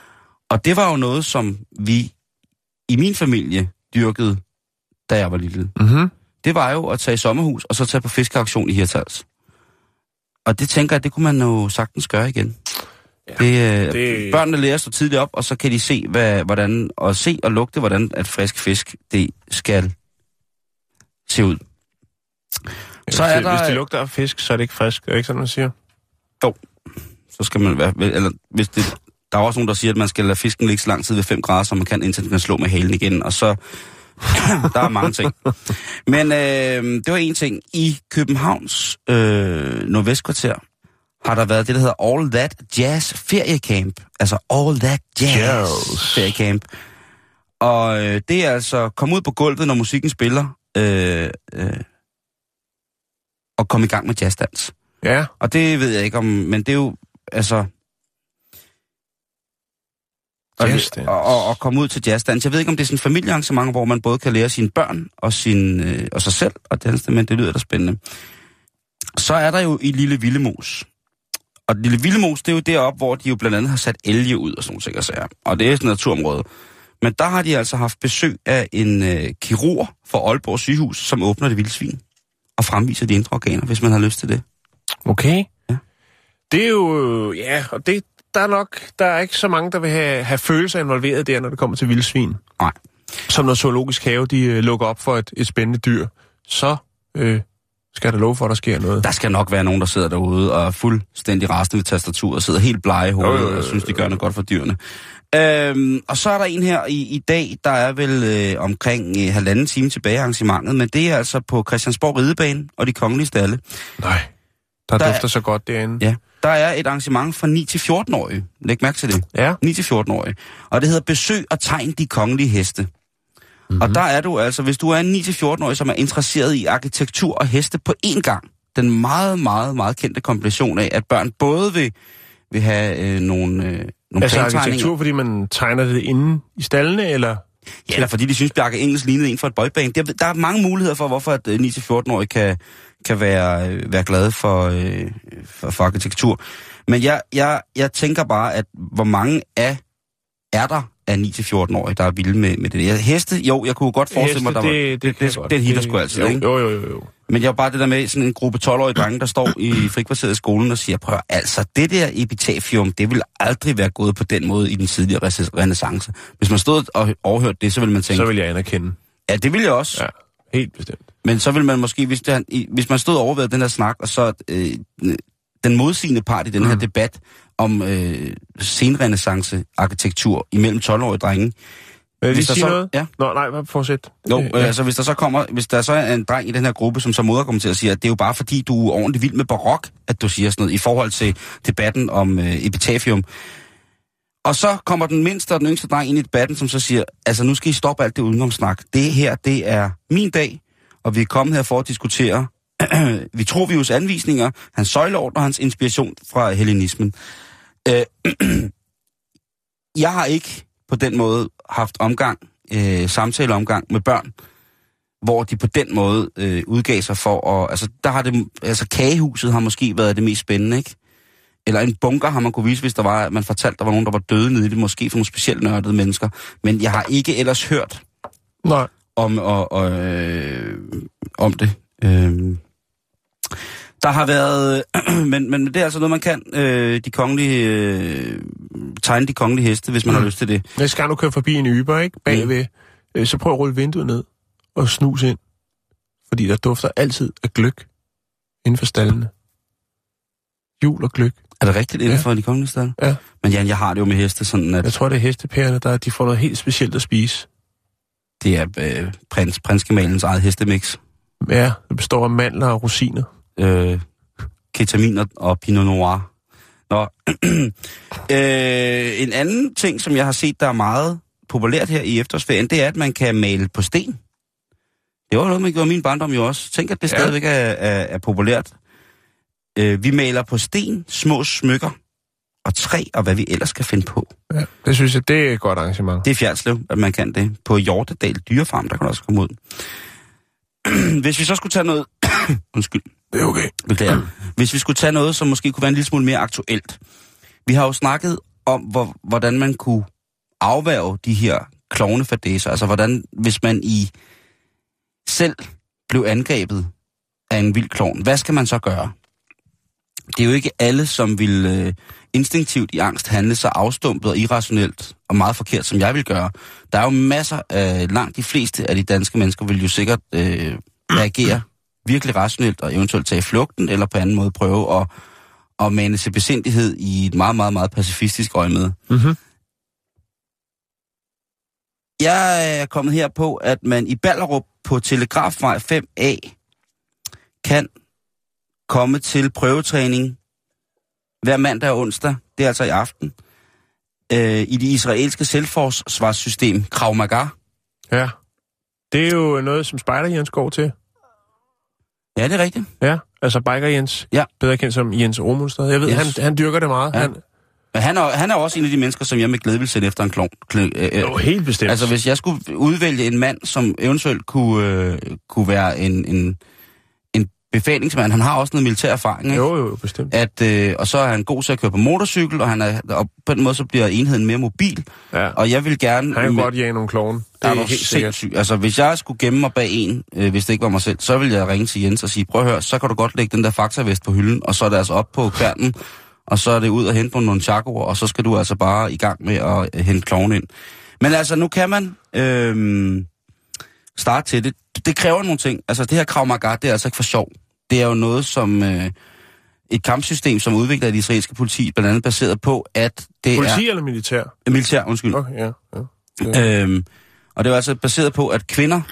Og det var jo noget, som vi i min familie dyrkede, da jeg var lille. Mm-hmm. Det var jo at tage i sommerhus, og så tage på fiskeauktion i Hirtshals. Og det tænker jeg, det kunne man jo sagtens gøre igen. Ja, det, øh, det... Børnene lærer at stå tidligt op, og så kan de se, hvad, hvordan, og se og lugte, hvordan at frisk fisk, det skal se ud. Ja, så er det, der... Hvis det lugter af fisk, så er det ikke frisk. Er det ikke sådan, man siger? Jo, så skal man være... Eller, hvis det, der er også nogen, der siger, at man skal lade fisken ligge så lang tid ved fem grader, så man kan, indtil den kan slå med halen igen, og så... der er mange ting. Men øh, det var en ting. I Københavns øh, nordvestkvarter har der været det, der hedder All That Jazz Feriecamp. Altså All That Jazz, jazz. Feriecamp. Og øh, det er altså komme ud på gulvet, når musikken spiller, øh, øh, og komme i gang med jazzdans. Ja. Og det ved jeg ikke om, men det er jo, altså... Og, og, og komme ud til jazzdans. Jeg ved ikke, om det er sådan et familiearrangement, hvor man både kan lære sine børn og, sin, øh, og sig selv og danse, men det lyder da spændende. Så er der jo i Lille Villemos. Og Lille Villemos, det er jo deroppe, hvor de jo blandt andet har sat elge ud og sådan nogle ting og sager. Og det er sådan et naturområde. Men der har de altså haft besøg af en øh, kirurg fra Aalborg Sygehus, som åbner det vildsvin og fremviser de indre organer, hvis man har lyst til det. Okay. Ja. Det er jo... Ja, og det... Der er nok, der er ikke så mange, der vil have, have følelser involveret der, når det kommer til vildsvin. Nej. Som når zoologisk have, de øh, lukker op for et, et spændende dyr, så øh, skal der love for, at der sker noget. Der skal nok være nogen, der sidder derude og er fuldstændig rasende ved tastaturet og sidder helt blege i hovedet øh, og synes, de gør noget godt for dyrene. Øhm, og så er der en her i, i dag, der er vel øh, omkring øh, halvanden time tilbage af arrangementet, men det er altså på Christiansborg Ridebane og de kongelige stalle. Nej, der, der dufter er, så godt derinde. Ja. Der er et arrangement fra ni til fjorten-årige. Læg mærke til det. Ja. ni til fjorten-årige. Og det hedder Besøg og tegn de kongelige heste. Mm-hmm. Og der er du altså, hvis du er en ni til fjorten-årig, som er interesseret i arkitektur og heste på én gang, den meget, meget, meget kendte kombination af, at børn både vil, vil have øh, nogle, øh, nogle altså arkitektur, fordi man tegner det inde i stallene, eller? Ja, eller fordi de synes, Bjarke Engels lignede en for et boyband. Der, der er mange muligheder for, hvorfor at ni til fjorten-årige kan... kan være, øh, være glade for, øh, for, for arkitektur. Men jeg, jeg, jeg tænker bare, at hvor mange af er der af ni til fjorten-årige, der er vilde med, med det. Heste, jo, jeg kunne godt forestille mig, der var... Det, det, det, det, det er hitter sgu altid, jo, ikke? Jo, jo, jo, jo. Men jeg var bare det der med sådan en gruppe tolv-årige drenge, der står i frikvarteret i skolen og siger, prøv altså, det der epitafium, det vil aldrig være gået på den måde i den tidligere renaissance. Hvis man stod og overhørte det, så ville man tænke... Så vil jeg anerkende. Ja, det vil jeg også. Ja, helt bestemt. Men så vil man måske, hvis, det, hvis man stod og overvejede den her snak, og så øh, den modsigende part i den her mm. debat om øh, senrenaissance-arkitektur imellem tolv-årige drenge. Vil hvis der sige så, noget? Ja. Nå, nej, bare fortsæt. Jo, øh, ja. altså hvis der så kommer, hvis der så er en dreng i den her gruppe, som så modargumenterer og siger, at det er jo bare fordi, du er ordentligt vild med barok, at du siger sådan noget, i forhold til debatten om øh, epitafium. Og så kommer den mindste og den yngste dreng ind i debatten, som så siger, altså nu skal I stoppe alt det udenomsnak. Det her, det er min dag, og vi er kommet her for at diskutere Vitruvius' anvisninger, hans søjleord og hans inspiration fra hellenismen. Øh, jeg har ikke på den måde haft omgang, øh, samtaleomgang med børn, hvor de på den måde øh, udgav sig for at... Altså, der har det, altså kagehuset har måske været det mest spændende, ikke? Eller en bunker har man kunne vise, hvis der var, man fortalte, der var nogen, der var døde nede i det, måske for nogle specielt nørdede mennesker. Men jeg har ikke ellers hørt Nej. om, og, og, øh, om det. Øh, der har været... men, men det er altså noget, man kan. Øh, de kongelige... Øh, tegne de kongelige heste, hvis man mm. har lyst til det. Næste gang du kører forbi en yber, ikke? Bagved, mm. øh, så prøv at rulle vinduet ned og snus ind. Fordi der dufter altid af gløgg inden for stallene. Jul og gløgg. Er det rigtigt inden ja. for de kongelige stalle? Ja. Men Jan, jeg har det jo med heste sådan, at... Jeg tror, det er hestepærerne, der de får noget helt specielt at spise. Det er øh, prins, prinsgemalens eget hestemix. Ja, det består af mandler og rosiner. Øh, ketamin og pinot noir. Nå. øh, en anden ting, som jeg har set, der er meget populært her i efterårsferien, det er, at man kan male på sten. Det var noget, man gjorde i min barndom jo også. Tænk, at det ja. stadigvæk er, er, er populært. Øh, vi maler på sten, små smykker og træ, og hvad vi ellers kan finde på. Ja, det synes jeg, det er et godt arrangement. Det er Fjerdslev, at man kan det. På Hjortedal Dyrefarm, der kan du også komme ud. Hvis vi så skulle tage noget... Undskyld. Det er okay. Beklager. Hvis vi skulle tage noget, som måske kunne være en lille smule mere aktuelt. Vi har jo snakket om, hvor, hvordan man kunne afværge de her klovnefadæser. Altså hvordan, hvis man i selv blev angrebet af en vild klovn, hvad skal man så gøre? Det er jo ikke alle, som vil øh, instinktivt i angst handle så afstumpet og irrationelt og meget forkert, som jeg vil gøre. Der er jo masser af, langt de fleste af de danske mennesker vil jo sikkert øh, reagere virkelig rationelt og eventuelt tage flugten, eller på anden måde prøve at, at mane til besindighed i et meget, meget, meget pacifistisk øje med. Mm-hmm. Jeg er kommet her på, at man i Ballerup på Telegrafvej fem A kan komme til prøvetræning hver mandag og onsdag, det er altså i aften, øh, i det israelske selvforsvarssystem Krav Maga. Ja, det er jo noget, som Spejder Jens går til. Ja, det er rigtigt. Ja, altså Biker Jens, ja. Bedre kendt som Jens Romonstad. Jeg ved, yes. han, han dyrker det meget. Ja. Han... Men han er, han er også en af de mennesker, som jeg med glæde vil sætte efter en klon. Øh, jo, helt bestemt. Altså, hvis jeg skulle udvælge en mand, som eventuelt kunne, øh, kunne være en, en, en befalingsmand, han har også noget militær erfaring, ikke? Jo, jo, bestemt. At, øh, og så er han god til at køre på motorcykel, og, han er, og på den måde så bliver enheden mere mobil. Ja. Og jeg vil gerne... Han kan med, godt jage nogle klovne. Det er, er helt sikkert. Sindssygt. Altså, hvis jeg skulle gemme mig bag en, øh, hvis det ikke var mig selv, så ville jeg ringe til Jens og sige, prøv at høre, så kan du godt lægge den der Fakta-vest på hylden, og så er det altså op på kværnen, og så er det ud og hente på nogle chakoer, og så skal du altså bare i gang med at øh, hente klovne ind. Men altså, nu kan man øh, starte til det. Det kræver nogle ting. Altså, det her Krav Maga, det er altså ikke for sjov. Det er jo noget, som øh, et kampsystem, som udvikler det israelske politi, blandt andet baseret på, at det politi er... Politi eller militær? Militær, undskyld. Okay, ja. ja. ja. Øhm, og det var altså baseret på, at kvinder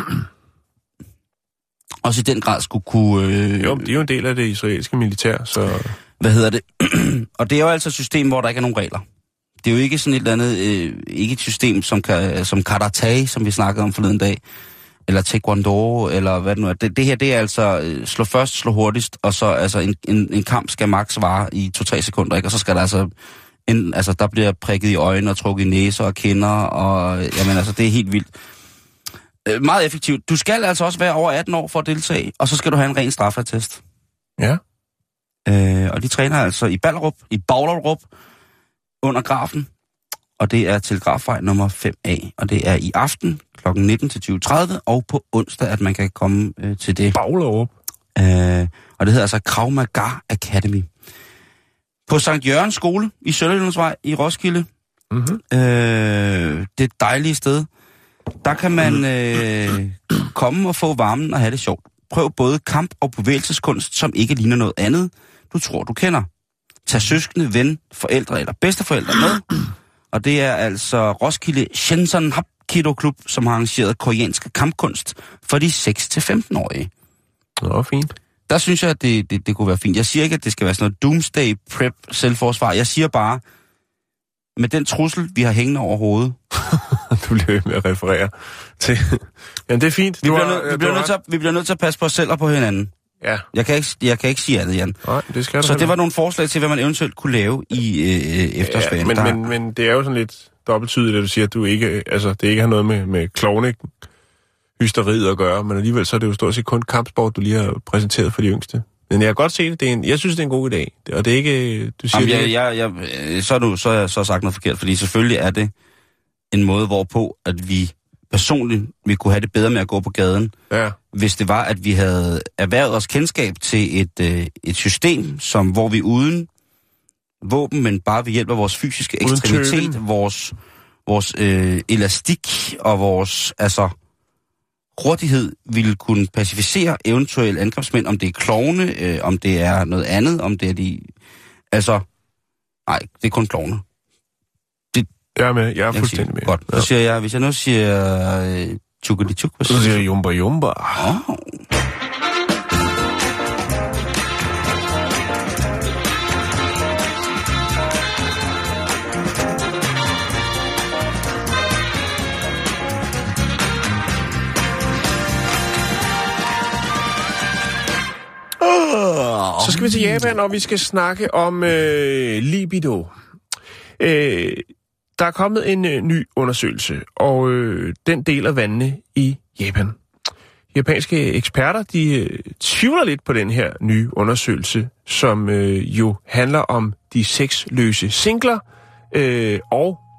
også i den grad skulle kunne... Øh, jo, det er jo en del af det israelske militær, så... Hvad hedder det? Og det er jo altså et system, hvor der ikke er nogen regler. Det er jo ikke sådan et eller andet... Øh, ikke et system som, som karate, som vi snakkede om forleden dag, eller taekwondo, eller hvad det nu er. Det, det her, det er altså øh, slå først, slå hurtigst, og så altså en, en, en kamp skal maks vare i to-tre sekunder, ikke? Og så skal der altså... En, altså, der bliver prikket i øjnene og trukket i næser og kinder, og jamen altså, det er helt vildt. Øh, meget effektivt. Du skal altså også være over atten år for at deltage, og så skal du have en ren straffetest. Ja. Øh, og de træner altså i Ballerup, i Ballerup, under Grafen, og det er Telegrafvej nummer fem A, og det er i aften klokken nitten til tyve tredive, og på onsdag, at man kan komme øh, til det. Ballerup. Øh, og det hedder altså Krav Maga Academy. På Sankt Jørgens skole i Sønderjyllandsvej i Roskilde. Mm-hmm. Øh, det er et dejligt sted. Der kan man øh, komme og få varmen og have det sjovt. Prøv både kamp- og bevægelseskunst, som ikke ligner noget andet, du tror, du kender. Tag søskende, ven, forældre eller bedsteforældre med. Og det er altså Roskilde Shenzhen Hapkido Klub, som har arrangeret koreansk kampkunst for de seks til femten-årige. Nå, fint. Der synes jeg, at det, det, det kunne være fint. Jeg siger ikke, at det skal være sådan noget doomsday prep selvforsvar. Jeg siger bare, med den trussel, vi har hængende over hovedet. Du bliver med at referere til... Jamen, det er fint. Vi bliver, nød, vi, bliver nødt til at, vi bliver nødt til at passe på os selv og på hinanden. Ja. Jeg kan ikke, jeg kan ikke sige andet, Jan. Nej, det skal du. Så det var nogle forslag til, hvad man eventuelt kunne lave i øh, efterårsferien. Ja, men, men, men det er jo sådan lidt dobbelttydigt, at du siger, at du ikke, altså, det ikke har noget med, med klovne hysteriet at gøre, men alligevel så er det jo stort set kun kampsport, du lige har præsenteret for de yngste. Men jeg kan godt se det. det er en, jeg synes, det er en god idé. Og det er ikke... Du siger, Jamen, jeg, jeg, jeg, så, er du, så har jeg så sagt noget forkert, fordi selvfølgelig er det en måde, hvorpå at vi personligt vi kunne have det bedre med at gå på gaden, ja. Hvis det var, at vi havde erhvervet os kendskab til et, øh, et system, som hvor vi uden våben, men bare ved hjælp af vores fysiske ekstremitet, vores, vores øh, elastik og vores altså hurtighed ville kunne pacificere eventuelle angrebsmænd, om det er klovne, øh, om det er noget andet, om det er de... Altså, nej, det er kun klovne. Det, jeg er med, jeg er fuldstændig med. Godt, så siger jeg, hvis jeg nu siger øh, tjukkeli-tjuk, hvad så siger jeg jumba jumba. Oh. Så skal vi til Japan, og vi skal snakke om øh, libido. Øh, der er kommet en øh, ny undersøgelse, og øh, den deler vandene i Japan. Japanske eksperter, de øh, tvivler lidt på den her nye undersøgelse, som øh, jo handler om de sexløse singler øh, og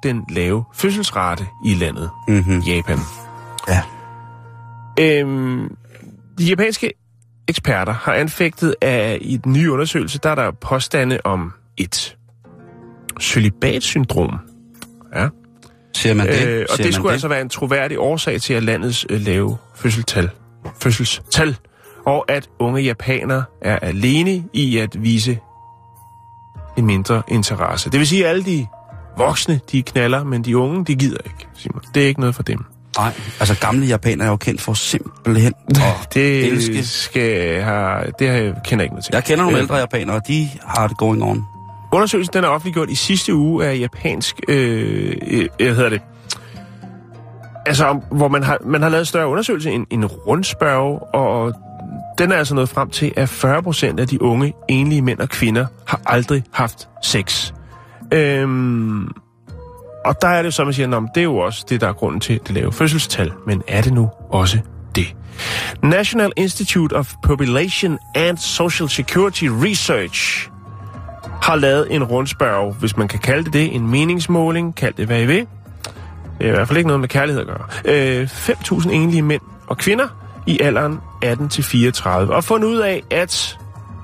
den lave fødselsrate i landet, Mm-hmm. Japan. Ja. Øhm, de japanske eksperter har anfægtet, at i den nye undersøgelse, der er der påstande om et cølibatsyndrom. Ja. Siger man det? Øh, og Siger det skulle det? altså være en troværdig årsag til, at landets øh, lave fødselstal, fødselstal, og at unge japanere er alene i at vise en mindre interesse. Det vil sige, at alle de voksne, de knaller, men de unge, de gider ikke, Simon. Det er ikke noget for dem. Nej, altså gamle japanere er jo kendt for simpelthen at det elske. Skal have, det har jeg kender ikke noget til. Jeg kender nogle Øh, ældre japanere, og de har det going on. Undersøgelsen den er offentliggjort i sidste uge af japansk, øh, øh, hvad hedder det, altså om- hvor man har, man har lavet en større undersøgelse, en, en rundspørge, og den er altså nået frem til, at fyrre procent af de unge, enlige mænd og kvinder har aldrig haft sex. Øhm, og der er det så, man siger, at det er jo også det, der er grunden til det lave fødselstal. Men er det nu også det? National Institute of Population and Social Security Research har lavet en rundspørge, hvis man kan kalde det det, en meningsmåling, kald det hvad I vil. Det er i hvert fald ikke noget med kærlighed at gøre. Øh, fem tusind enlige mænd og kvinder i alderen atten til fireogtredive, og fundet ud af, at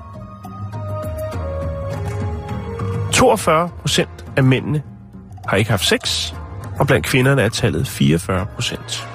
toogfyrre procent af mændene har ikke haft sex, og blandt kvinderne er tallet fireogfyrre procent.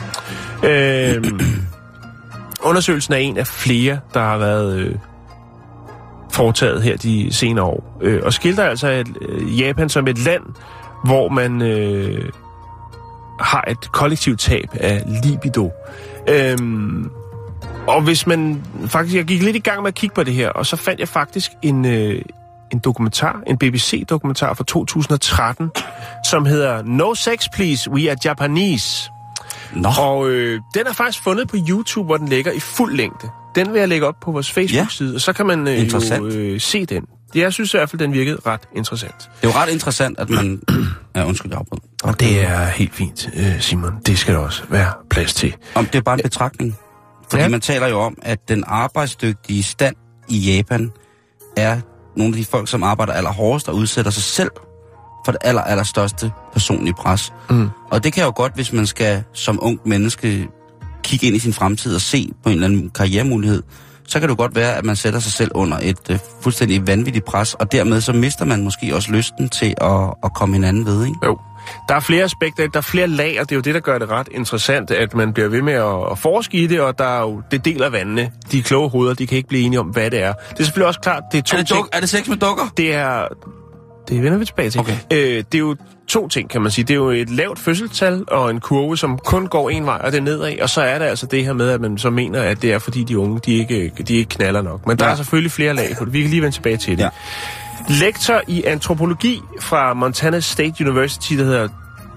Øh, undersøgelsen er en af flere, der har været øh, foretaget her de senere år, øh, og skildrer altså at, øh, Japan som et land, hvor man øh, har et kollektivt tab af libido. Øhm, og hvis man faktisk, jeg gik lidt i gang med at kigge på det her, og så fandt jeg faktisk en, øh, en dokumentar, en B B C-dokumentar fra to tusind og tretten, som hedder No Sex Please, We Are Japanese. Nå, Og øh, den er faktisk fundet på YouTube, hvor den ligger i fuld længde. Den vil jeg lægge op på vores Facebook-side, og så kan man øh, jo Interessant. øh, se den. Jeg synes i hvert fald, den virkede ret interessant. det er jo ret interessant, at man... Ja, undskyld, jeg afbrød. Og det er helt fint, øh, Simon. Det skal der også være plads til. Om det er bare en betragtning. Fordi Ja. man taler jo om, at den arbejdsdygtige stand i Japan er nogle af de folk, som arbejder allerhårdest og udsætter sig selv for det aller, allerstørste personlige pres. Mm. Og det kan jo godt, hvis man skal som ung menneske kigge ind i sin fremtid og se på en eller anden karrieremulighed, så kan det jo godt være, at man sætter sig selv under et øh, fuldstændig vanvittigt pres, og dermed så mister man måske også lysten til at, at komme hinanden ved, ikke? Jo. Der er flere aspekter, der er flere lag, og det er jo det, der gør det ret interessant, at man bliver ved med at, at forske i det, og der er jo, det deler vandene. De kloge hoveder, de kan ikke blive enige om, hvad det er. Det er selvfølgelig også klart, det er to Er det, ting. duk, er det sex med dukker? Det er... Det vender vi tilbage til. Okay. Øh, det er jo to ting, kan man sige. Det er jo et lavt fødselstal og en kurve, som kun går en vej, og det er nedad. Og så er der altså det her med, at man så mener, at det er fordi de unge, de ikke, de ikke knaller nok. Men der Ja. er selvfølgelig flere lag på det. Vi kan lige vende tilbage til det. Ja. Lektor i antropologi fra Montana State University, der hedder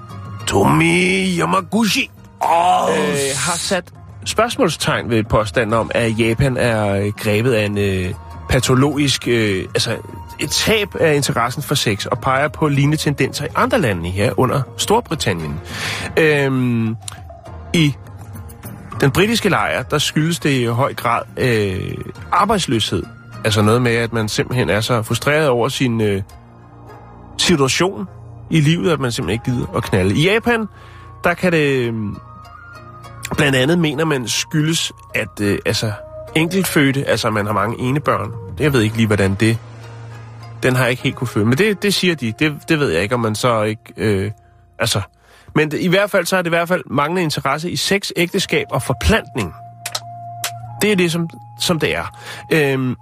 Tomi Yamaguchi, Oh, øh, har sat spørgsmålstegn ved påstanden om, at Japan er øh, grebet af en øh, patologisk, øh, altså et tab af interessen for sex, og peger på lignende tendenser i andre lande her under Storbritannien. Øhm, I den britiske lejr, der skyldes det i høj grad øh, arbejdsløshed. Altså noget med, at man simpelthen er så frustreret over sin øh, situation i livet, at man simpelthen ikke gider at knalde. I Japan, der kan det øh, blandt andet, mener man, skyldes, at øh, altså, enkeltfødte, altså man har mange enebørn. Jeg ved ikke lige, hvordan det... Den har jeg ikke helt kunne føle. Men det, det siger de. Det, det ved jeg ikke, om man så ikke... Øh, altså... Men det, i hvert fald, så er det i hvert fald manglende interesse i sex, ægteskab og forplantning. Det er det, som, som det er. Øhm,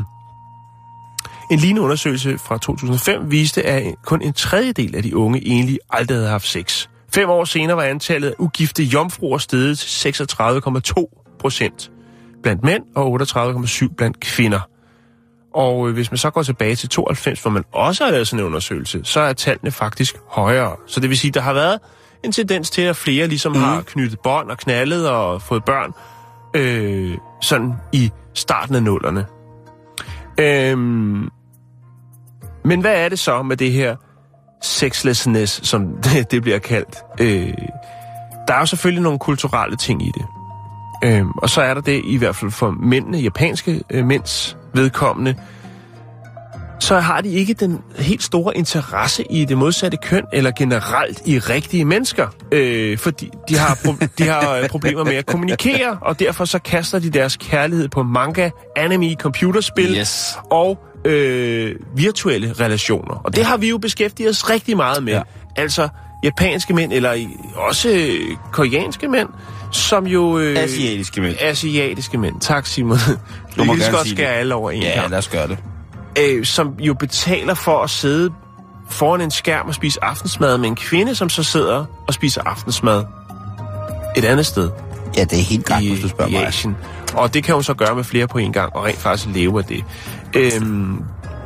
en lignende undersøgelse fra to tusind og fem viste, at kun en tredjedel af de unge egentlig aldrig havde haft sex. Fem år senere var antallet af ugifte jomfruer steget til seksogtredive komma to procent blandt mænd og otteogtredive komma syv blandt kvinder. Og hvis man så går tilbage til tooghalvfems, hvor man også har lavet sådan en undersøgelse, så er tallene faktisk højere. Så det vil sige, at der har været en tendens til, at flere ligesom mm. har knyttet bånd og knaldet og fået børn øh, sådan i starten af nullerne. Øhm, men hvad er det så med det her sexlessness, som det, det bliver kaldt? Øh, der er jo selvfølgelig nogle kulturelle ting i det. Øhm, og så er der det i hvert fald for mændene, japanske øh, mænds vedkommende, så har de ikke den helt store interesse i det modsatte køn, eller generelt i rigtige mennesker. Øh, fordi de har, pro- de har problemer med at kommunikere, og derfor så kaster de deres kærlighed på manga, anime, computerspil yes. og øh, virtuelle relationer. Og det har vi jo beskæftiget os rigtig meget med. Ja. Altså japanske mænd, eller også øh, koreanske mænd, som jo... Øh, asiatiske mænd. Asiatiske mænd. Tak, Simon. Du må gerne skære alle over en ja, gang. lad os gøre det. Øh, som jo betaler for at sidde foran en skærm og spise aftensmad med en kvinde, som så sidder og spiser aftensmad et andet sted. Ja, det er helt galt, hvis du spørger i mig. Asien. Og det kan hun så gøre med flere på en gang, og rent faktisk leve af det. Øhm,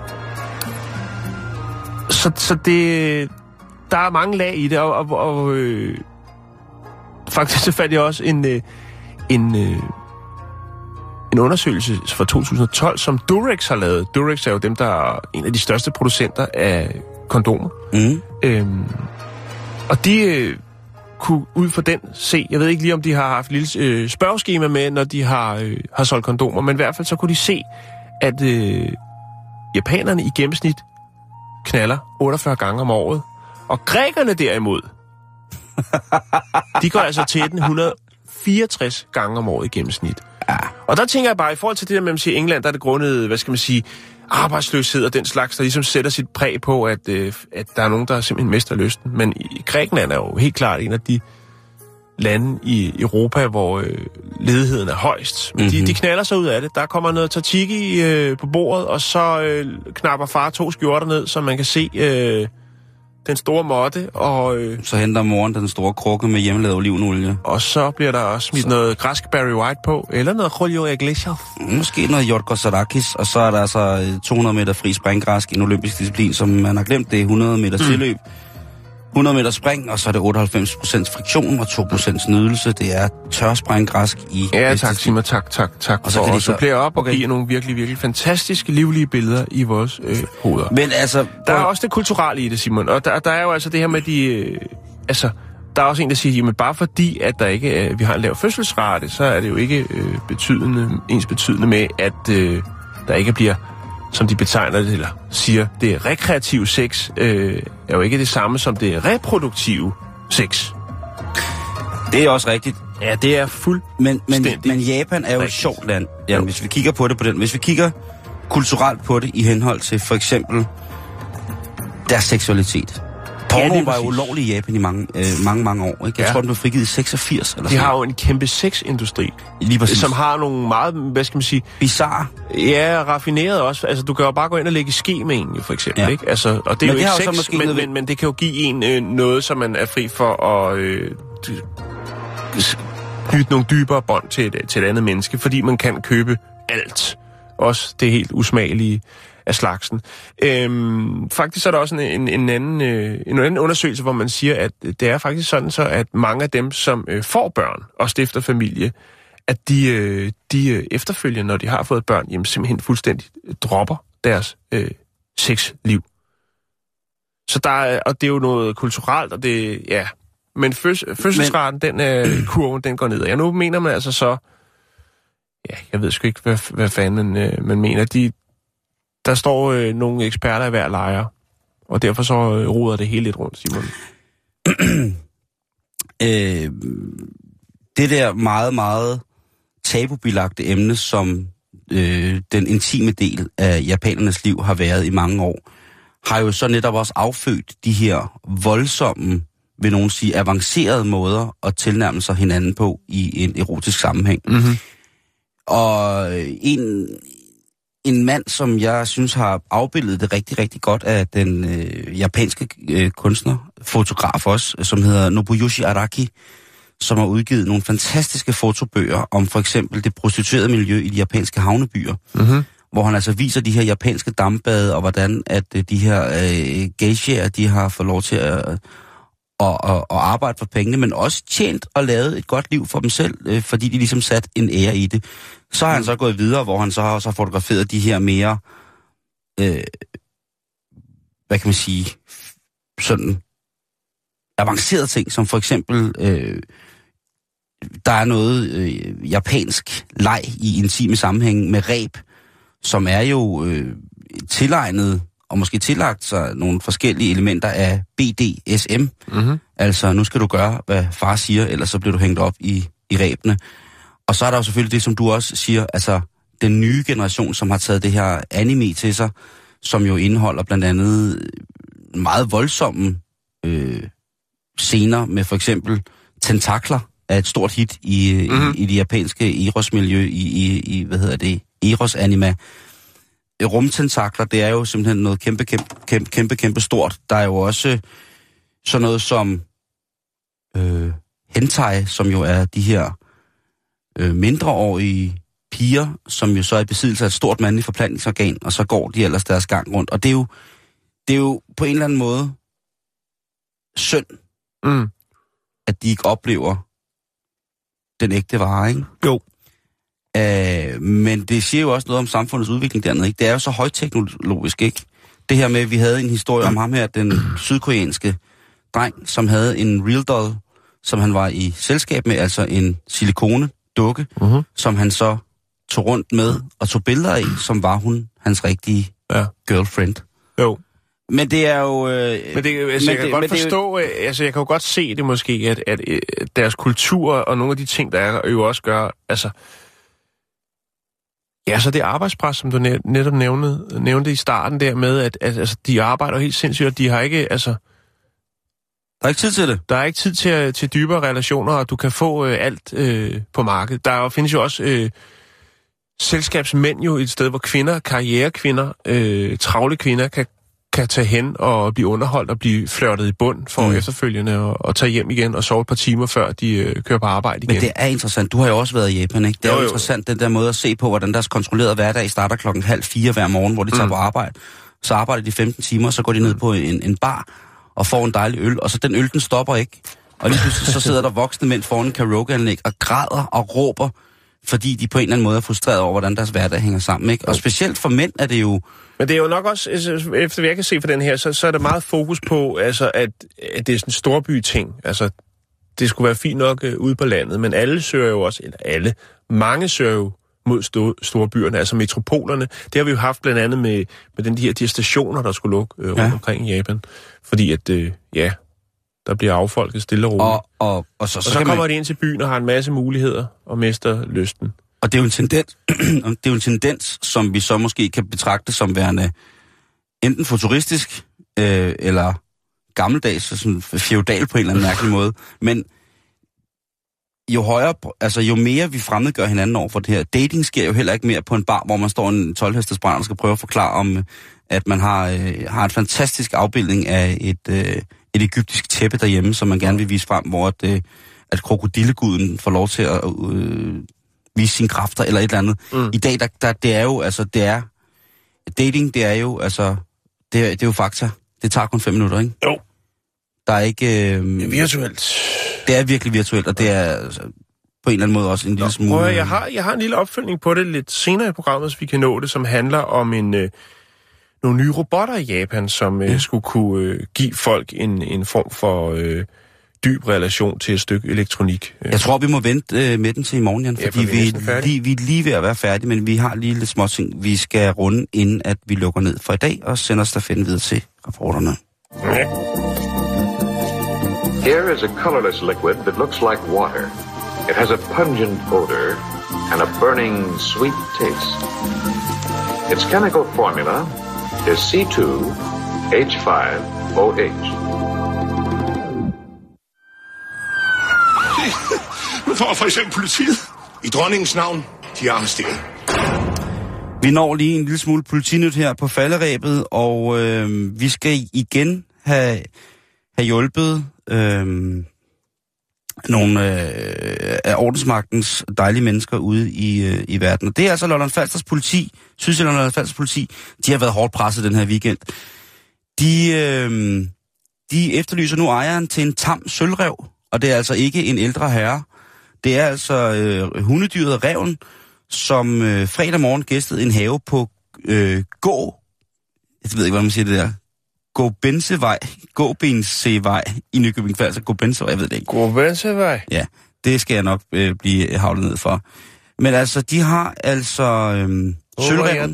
så, så det... Der er mange lag i det, og, og, og øh, faktisk så fandt jeg også en, øh, en, øh, en undersøgelse fra to tusind og tolv, som Durex har lavet. Durex er jo dem, der er en af de største producenter af kondomer. Mm. Øhm, og de øh, kunne ud fra den se, jeg ved ikke lige, om de har haft et lille øh, spørgeskema med, når de har, øh, har solgt kondomer, men i hvert fald så kunne de se, at øh, japanerne i gennemsnit knaller otteogfyrre gange om året. Og grækerne derimod, de går altså til den et hundrede og fireogtres gange om året i gennemsnit. Ja. Og der tænker jeg bare, i forhold til det der med, at man siger, England, der er det grundet, hvad skal man sige, arbejdsløshed og den slags, der ligesom sætter sit præg på, at, øh, at der er nogen, der simpelthen mister lysten. Men i Grækenland er jo helt klart en af de lande i Europa, hvor øh, ledigheden er højst. Men mm-hmm. de, de knaller sig ud af det. Der kommer noget tzatziki øh, på bordet, og så øh, knapper far to skjorter ned, så man kan se... Øh, den store måtte, og... Øh, så henter moren den store krukke med hjemmelavet olivenolie. Og så bliver der også smidt så noget græsk Barry White på, eller noget Julio Iglesias. Måske noget Yorgos Sarakis, og så er der altså to hundrede meter fri springgræsk, en olympisk disciplin, som man har glemt, det er hundrede meter tilløb. hundrede meter spring, og så er det otteoghalvfems procent friktion og to procent nydelse. Det er tørspringgræsk i... Ja, tak, Simon, tak, tak, tak. Og så kan de så supplere op okay. og give nogle virkelig, virkelig fantastiske, livlige billeder i vores øh, hoveder. Men altså... Der er også det kulturelle i det, Simon, og der, der er jo altså det her med de... Øh, altså, der er også en, der siger, jamen bare fordi, at der ikke er, vi har en lav fødselsrate, så er det jo ikke øh, betydende, ens betydende med, at øh, der ikke bliver... som de betegner det, eller siger, det er rekreativ sex, øh, er jo ikke det samme som det reproduktive sex. Det er også rigtigt. Ja, det er fuld. Men, men, men Japan er jo rigtigt. Et sjovt land. Ja, hvis vi kigger på det på den. Hvis vi kigger kulturelt på det i henhold til for eksempel deres seksualitet. Porno ja, var jo ulovlig i Japan i mange, øh, mange, mange år. Ikke? Jeg ja. tror, den blev frigivet i seksogfirs. Eller de sådan. Har jo en kæmpe sexindustri. Lige præcis. Som har nogle meget, hvad skal man sige... bizarre. Ja, raffineret også. Altså, du kan jo bare gå ind og lægge ske med en, for eksempel. Ja. Ikke? Altså, og det er men jo det ikke sex, men, men, men det kan jo give en øh, noget, som man er fri for at øh, knytte nogle dybere bånd til et, til et andet menneske, fordi man kan købe alt. Også det helt usmagelige af slagsen. Øhm, faktisk er der også en, en, en, anden, øh, en anden undersøgelse, hvor man siger, at det er faktisk sådan så, at mange af dem, som øh, får børn og stifter familie, at de, øh, de øh, efterfølgende, når de har fået børn, jamen simpelthen fuldstændig dropper deres øh, sexliv. Så der er, og det er jo noget kulturelt, og det, ja. Men føds, fødselsraten, Men... den øh, kurven, den går ned. Og nu mener man altså så, ja, jeg ved sgu ikke, hvad, hvad fanden man, øh, man mener, de der står øh, nogle eksperter i hver lejr, og derfor så øh, roder det hele lidt rundt, Simon. øh, det der meget, meget tabubelagte emne, som øh, den intime del af japanernes liv har været i mange år, har jo så netop også affødt de her voldsomme, vil nogen sige, avancerede måder at tilnærme sig hinanden på i en erotisk sammenhæng. Mm-hmm. Og en... En mand, som jeg synes har afbildet det rigtig, rigtig godt, er den øh, japanske øh, kunstner, fotograf også, som hedder Nobuyoshi Araki, som har udgivet nogle fantastiske fotobøger om for eksempel det prostituerede miljø i de japanske havnebyer, mm-hmm. hvor han altså viser de her japanske dampbade, og hvordan at øh, de her øh, geishaer, de har fået lov til at, øh, at, at, at arbejde for pengene, men også tjent og lavet et godt liv for dem selv, øh, fordi de ligesom sat en ære i det. Så har han så gået videre, hvor han så har også fotograferet de her mere, øh, hvad kan man sige, sådan avancerede ting, som for eksempel, øh, der er noget øh, japansk leg i intime sammenhæng med reb, som er jo, øh, tilegnet og måske tillagt sig nogle forskellige elementer af B D S M. Mm-hmm. Altså, nu skal du gøre, hvad far siger, ellers så bliver du hængt op i, i ræbene. Og så er der jo selvfølgelig det, som du også siger, altså den nye generation, som har taget det her anime til sig, som jo indeholder blandt andet meget voldsomme øh, scener med for eksempel tentakler af et stort hit i, mm-hmm. i, i det japanske Eros-miljø, i, i, i, hvad hedder det, Eros-anima. Rumtentakler, det er jo simpelthen noget kæmpe, kæmpe, kæmpe, kæmpe, kæmpe stort. Der er jo også sådan noget som øh, hentai, som jo er de her øh, mindreårige piger, som jo så er i besiddelse af et stort mandligt forplantningsorgan, og så går de ellers deres gang rundt. Og det er jo, det er jo på en eller anden måde synd, mm. at de ikke oplever den ægte vare, ikke? Jo. Uh, men det siger jo også noget om samfundets udvikling dernede, ikke? Det er jo så højteknologisk, ikke? Det her med, at vi havde en historie om ham her, den sydkoreanske dreng, som havde en real doll, som han var i selskab med, altså en silikone-dukke, uh-huh. som han så tog rundt med og tog billeder af, som var hun hans rigtige ja. girlfriend. Jo. Men det er jo... Øh, men det, altså, men jeg kan det, godt forstå, det, altså jeg kan jo godt se det måske, at, at, at deres kultur og nogle af de ting, der er, jo også gør, altså... Ja, så det arbejdspres, som du netop nævnte, nævnte i starten der med, at, at altså, de arbejder helt sindssygt, og de har ikke, altså... Der er ikke tid til det. Der er ikke tid til, til dybere relationer, og du kan få øh, alt øh, på markedet. Der findes jo også øh, selskabsmænd jo et sted, hvor kvinder, karrierekvinder, øh, travle kvinder, kan, kan tage hen og blive underholdt og blive flørtet i bund for mm. efterfølgende og, og tage hjem igen og sove et par timer, før de øh, kører på arbejde igen. Men det er interessant. Du har jo også været i Japan, ikke? Det er jo, jo interessant, den der måde at se på, hvordan deres kontrollerede hverdag starter klokken halv fire hver morgen, hvor de tager mm. på arbejde. Så arbejder de femten timer, så går de ned på en, en bar og får en dejlig øl, og så den øl, den stopper ikke. Og lige pludselig så sidder der voksne mænd foran en karaokeanlæg og græder og råber, fordi de på en eller anden måde er frustreret over, hvordan deres hverdag hænger sammen, ikke? Og specielt for mænd er det jo... Men det er jo nok også, efter hvad jeg kan se for den her, så, så er der meget fokus på, altså, at, at det er sådan en storby-ting. Altså, det skulle være fint nok uh, ude på landet, men alle søger jo også, eller alle, mange søger jo mod store, store byerne, altså metropolerne. Det har vi jo haft blandt andet med, med den, de her de stationer, der skulle lukke øh, rundt ja. omkring i Japan. Fordi at, øh, ja, der bliver affolket stille og roligt. Og, og, og så, og så, så kommer man... de ind til byen og har en masse muligheder og mister lysten. Og det er jo en tendens, det er jo en tendens, som vi så måske kan betragte som værende enten futuristisk, øh, eller gammeldags, sådan feudal på en eller anden mærkelig måde. Men jo højere, altså jo mere vi fremmedgør hinanden over for det her. Dating sker jo heller ikke mere på en bar, hvor man står en tolv-hestes brand og skal prøve at forklare om, at man har, øh, har en fantastisk afbildning af et, øh, et egyptisk tæppe derhjemme, som man gerne vil vise frem, hvor at, øh, at krokodilleguden får lov til at øh, vise sine kræfter eller et eller andet. Mm. I dag, der, der, det er jo, altså, det er, dating, det er jo, altså, det er, det er jo fakta. Det tager kun fem minutter, ikke? Jo. Der er ikke... Øh, det er virtuelt. Det er virkelig virtuelt, og det er altså, på en eller anden måde også en lille smule... Prøv, jeg, har, jeg har en lille opfølgning på det lidt senere i programmet, så vi kan nå det, som handler om en, øh, nogle nye robotter i Japan, som øh, ja. skulle kunne øh, give folk en, en form for øh, dyb relation til et stykke elektronik. Jeg tror, vi må vente øh, med den til i morgen, Jan, fordi ja, for vi, vi, vi er lige ved at være færdige, men vi har lige lidt små ting, vi skal runde, inden at vi lukker ned for i dag, og sender stafetten videre til rapporterne. Ja. Here is a colorless liquid that looks like water. It has a pungent odor and a burning, sweet taste. Its chemical formula is C two H five O H. Nu får for eksempel politiet. I dronningens navn, de er arresteret. Vi når lige en lille smule politinyt her på falderæbet, og øh, vi skal igen have, have hjulpet Øhm, nogle øh, af ordensmagtens dejlige mennesker ude i, øh, i verden. Og det er altså Lolland Falsters politi, Sydsjælland Lolland Falsters politi, de har været hårdt presset den her weekend. De, øh, de efterlyser nu ejeren til en tam sølvrev, og det er altså ikke en ældre herre. Det er altså øh, hundedyret Ræven, som øh, fredag morgen gæstede en have på øh, Gå, jeg ved ikke, hvordan man siger det der, Gåbensevej, Gåbensevej i Nykøbing Falster, Gåbensevej, jeg ved det ikke. Gåbensevej? Ja, det skal jeg nok øh, blive havlet ned for. Men altså, de har altså øh, Sølvreven.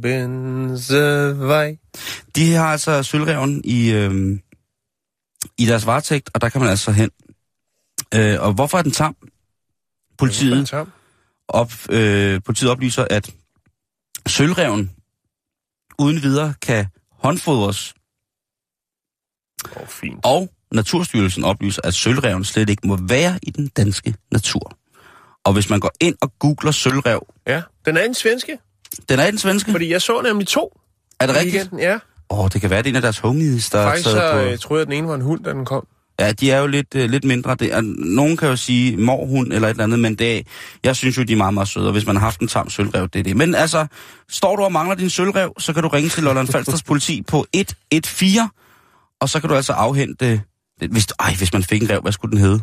De har altså sølvreven i, øh, i deres varetægt, og der kan man altså hen. Øh, og hvorfor er den tam? Politiet, tam? op, øh, politiet oplyser, at sølvreven uden videre kan håndfodres. Oh, fint. Og Naturstyrelsen oplyser, at sølvreven slet ikke må være i den danske natur. Og hvis man går ind og googler sølvrev... Ja, den er den svenske. Den er den svenske? Fordi jeg så nemlig to. Er det rigtigt? Weekenden, ja. Åh, oh, det kan være, det er en af deres homies, der Faktisk er så på... jeg troede jeg, at den ene var en hund, da den kom. Ja, de er jo lidt, uh, lidt mindre. Det er, nogen kan jo sige morhund eller et eller andet, men det er, jeg synes jo, de er meget, meget søde, og hvis man har haft en tam sølvrev, det er det. Men altså, står du og mangler din sølvrev, så kan du ringe til Lolland Falsters politi på et et fire, og så kan du altså afhente... Hvis, ej, hvis man fik en rev, hvad skulle den hedde?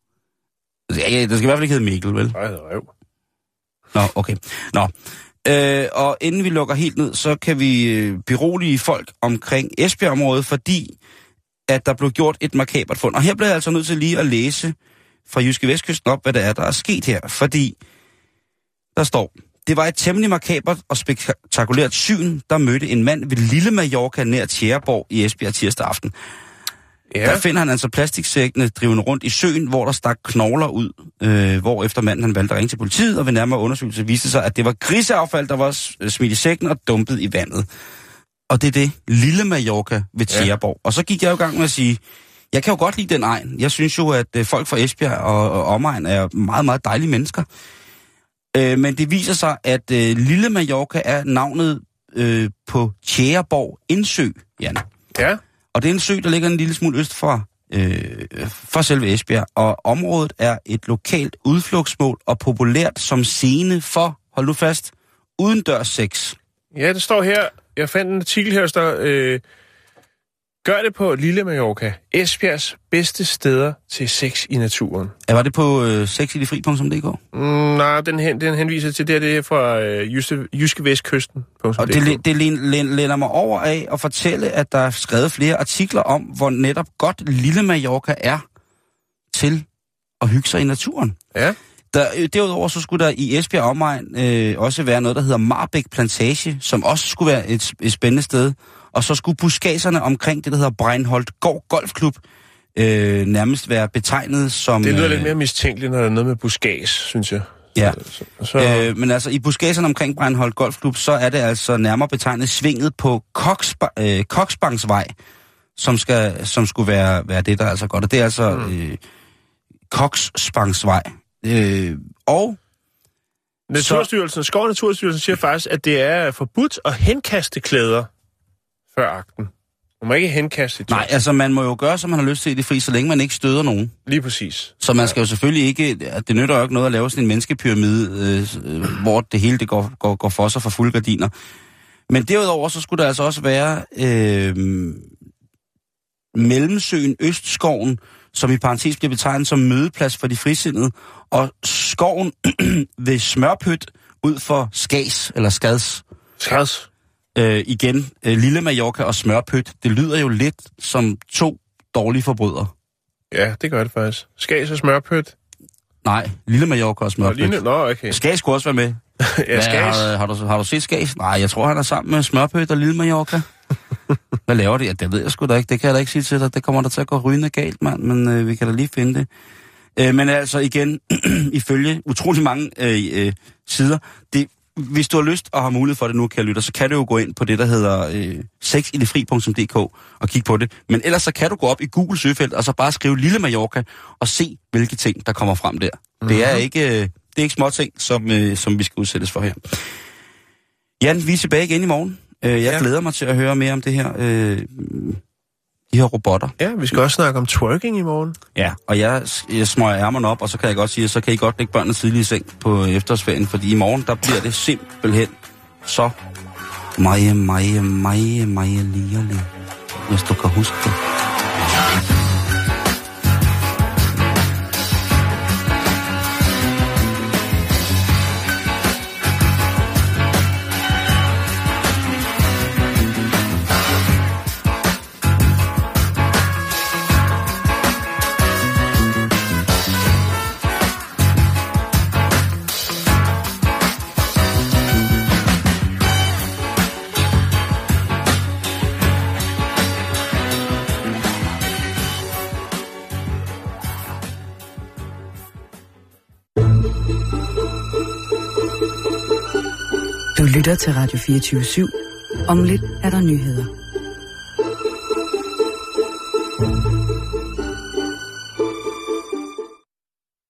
Ja, det skal i hvert fald ikke hedde Mikkel, vel? Nej, det er rev. Nå, okay. Nå. Øh, og inden vi lukker helt ned, så kan vi øh, berolige folk omkring Esbjerg-området, fordi at der blev gjort et makabert fund. Og her bliver jeg altså nødt til lige at læse fra Jyske Vestkysten op, hvad det er, der er sket her. Fordi der står, det var et temmelig makabert og spektakulært syn, der mødte en mand ved Lille Mallorca nær Tjæreborg i Esbjerg tirsdag aften. Ja. Der finder han altså plastiksækkene drivende rundt i søen, hvor der stak knogler ud, øh, hvor efter manden han valgte at ringe til politiet, og ved nærmere undersøgelse viste sig, at det var griseaffald, der var smidt i sækken og dumpet i vandet. Og det er det, Lille Mallorca ved Tjæreborg. Ja. Og så gik jeg jo i gang med at sige, jeg kan jo godt lide den egen. Jeg synes jo, at øh, folk fra Esbjerg og, og omegn er meget, meget dejlige mennesker. Øh, men det viser sig, at øh, Lille Mallorca er navnet øh, på Tjæreborg Indsø, Jan. Ja. Og det er en sø, der ligger en lille smule øst fra, øh, fra selve Esbjerg, og området er et lokalt udflugtsmål og populært som scene for, hold nu fast, udendørs sex. Ja, det står her, jeg fandt en artikel her, der står, øh, gør det på Lille Mallorca, Esbjergs bedste steder til sex i naturen. Ja, var det på øh, sex i det fri punktum d k? Mm, nej, den, hen, den henviser til det, det er fra øh, Jyske, Jyske Vestkysten. Og det, det læner mig over af at fortælle, at der er skrevet flere artikler om, hvor netop godt Lille Mallorca er til at hygge sig i naturen. Ja. Der, derudover så skulle der i Esbjerg omegn øh, også være noget, der hedder Marbæk Plantage, som også skulle være et, et spændende sted. Og så skulle buskaserne omkring det, der hedder Breinholt Gård Golfklub, øh, nærmest være betegnet som... Det lyder øh, lidt mere mistænkeligt, når der er noget med buskas, synes jeg. Ja, så, så... Øh, men altså i buskaserne omkring Breinholt Golfklub, så er det altså nærmere betegnet svinget på Koksba- øh, Koksbangsvej, som, skal, som skulle være, være det, der er altså godt. Og det er altså mm. øh, Koksbangsvej. Øh, og... Naturstyrelsen, Skov- og Naturstyrelsen siger faktisk, at det er forbudt at henkaste klæder før akten. Man må ikke henkaste det. Nej, altså man må jo gøre, som man har lyst til i det fri, så længe man ikke støder nogen. Lige præcis. Så man skal jo selvfølgelig ikke, det nytter jo ikke noget at lave sådan en menneskepyramide, øh, hvor det hele det går, går, går for sig for fulde gardiner. Men derudover, så skulle der altså også være øh, Mellemsøen, Østskoven, som i parentes bliver betegnet som mødeplads for de frisindede, og skoven ved Smørpøt ud for Skads, eller Skads. Skads. Øh, igen, øh, Lille Mallorca og Smørpøt, det lyder jo lidt som to dårlige forbrydere. Ja, det gør det faktisk. Skads og Smørpøt? Nej, Lille Mallorca og Smørpøt. Nå, Lille... Nå okay. Skads skulle også være med. Ja, Skads. Har, har, du, har du set Skads? Nej, jeg tror, han er sammen med Smørpøt og Lille Mallorca. Hvad laver det? Ja, det ved jeg sgu da ikke. Det kan jeg da ikke sige til dig. Det kommer der til at gå rygende galt, mand, men øh, vi kan da lige finde det. Øh, men altså igen, ifølge utrolig mange øh, øh, sider, det, hvis du har lyst og har mulighed for det nu, kan jeg lytte, så kan du jo gå ind på det, der hedder øh, sex i det fri punktum d k og kigge på det. Men ellers så kan du gå op i Google søgefelt og så bare skrive Lille Mallorca og se, hvilke ting, der kommer frem der. Mm-hmm. Det er ikke, øh, det er ikke små ting, som, øh, som vi skal udsættes for her. Jan, vi er tilbage igen i morgen. Jeg ja. glæder mig til at høre mere om det her, øh, de her robotter. Ja, vi skal også snakke om twerking i morgen. Ja, og jeg, jeg smøger ærmerne op, og så kan jeg godt sige, så kan I godt lægge børnene tidlig i seng på efterårsferien, fordi i morgen, der bliver det simpelthen så meget, meget, meget, meget ligerligt, hvis du kan huske det. Du lytter til Radio fireogtyve syv. Om lidt er der nyheder.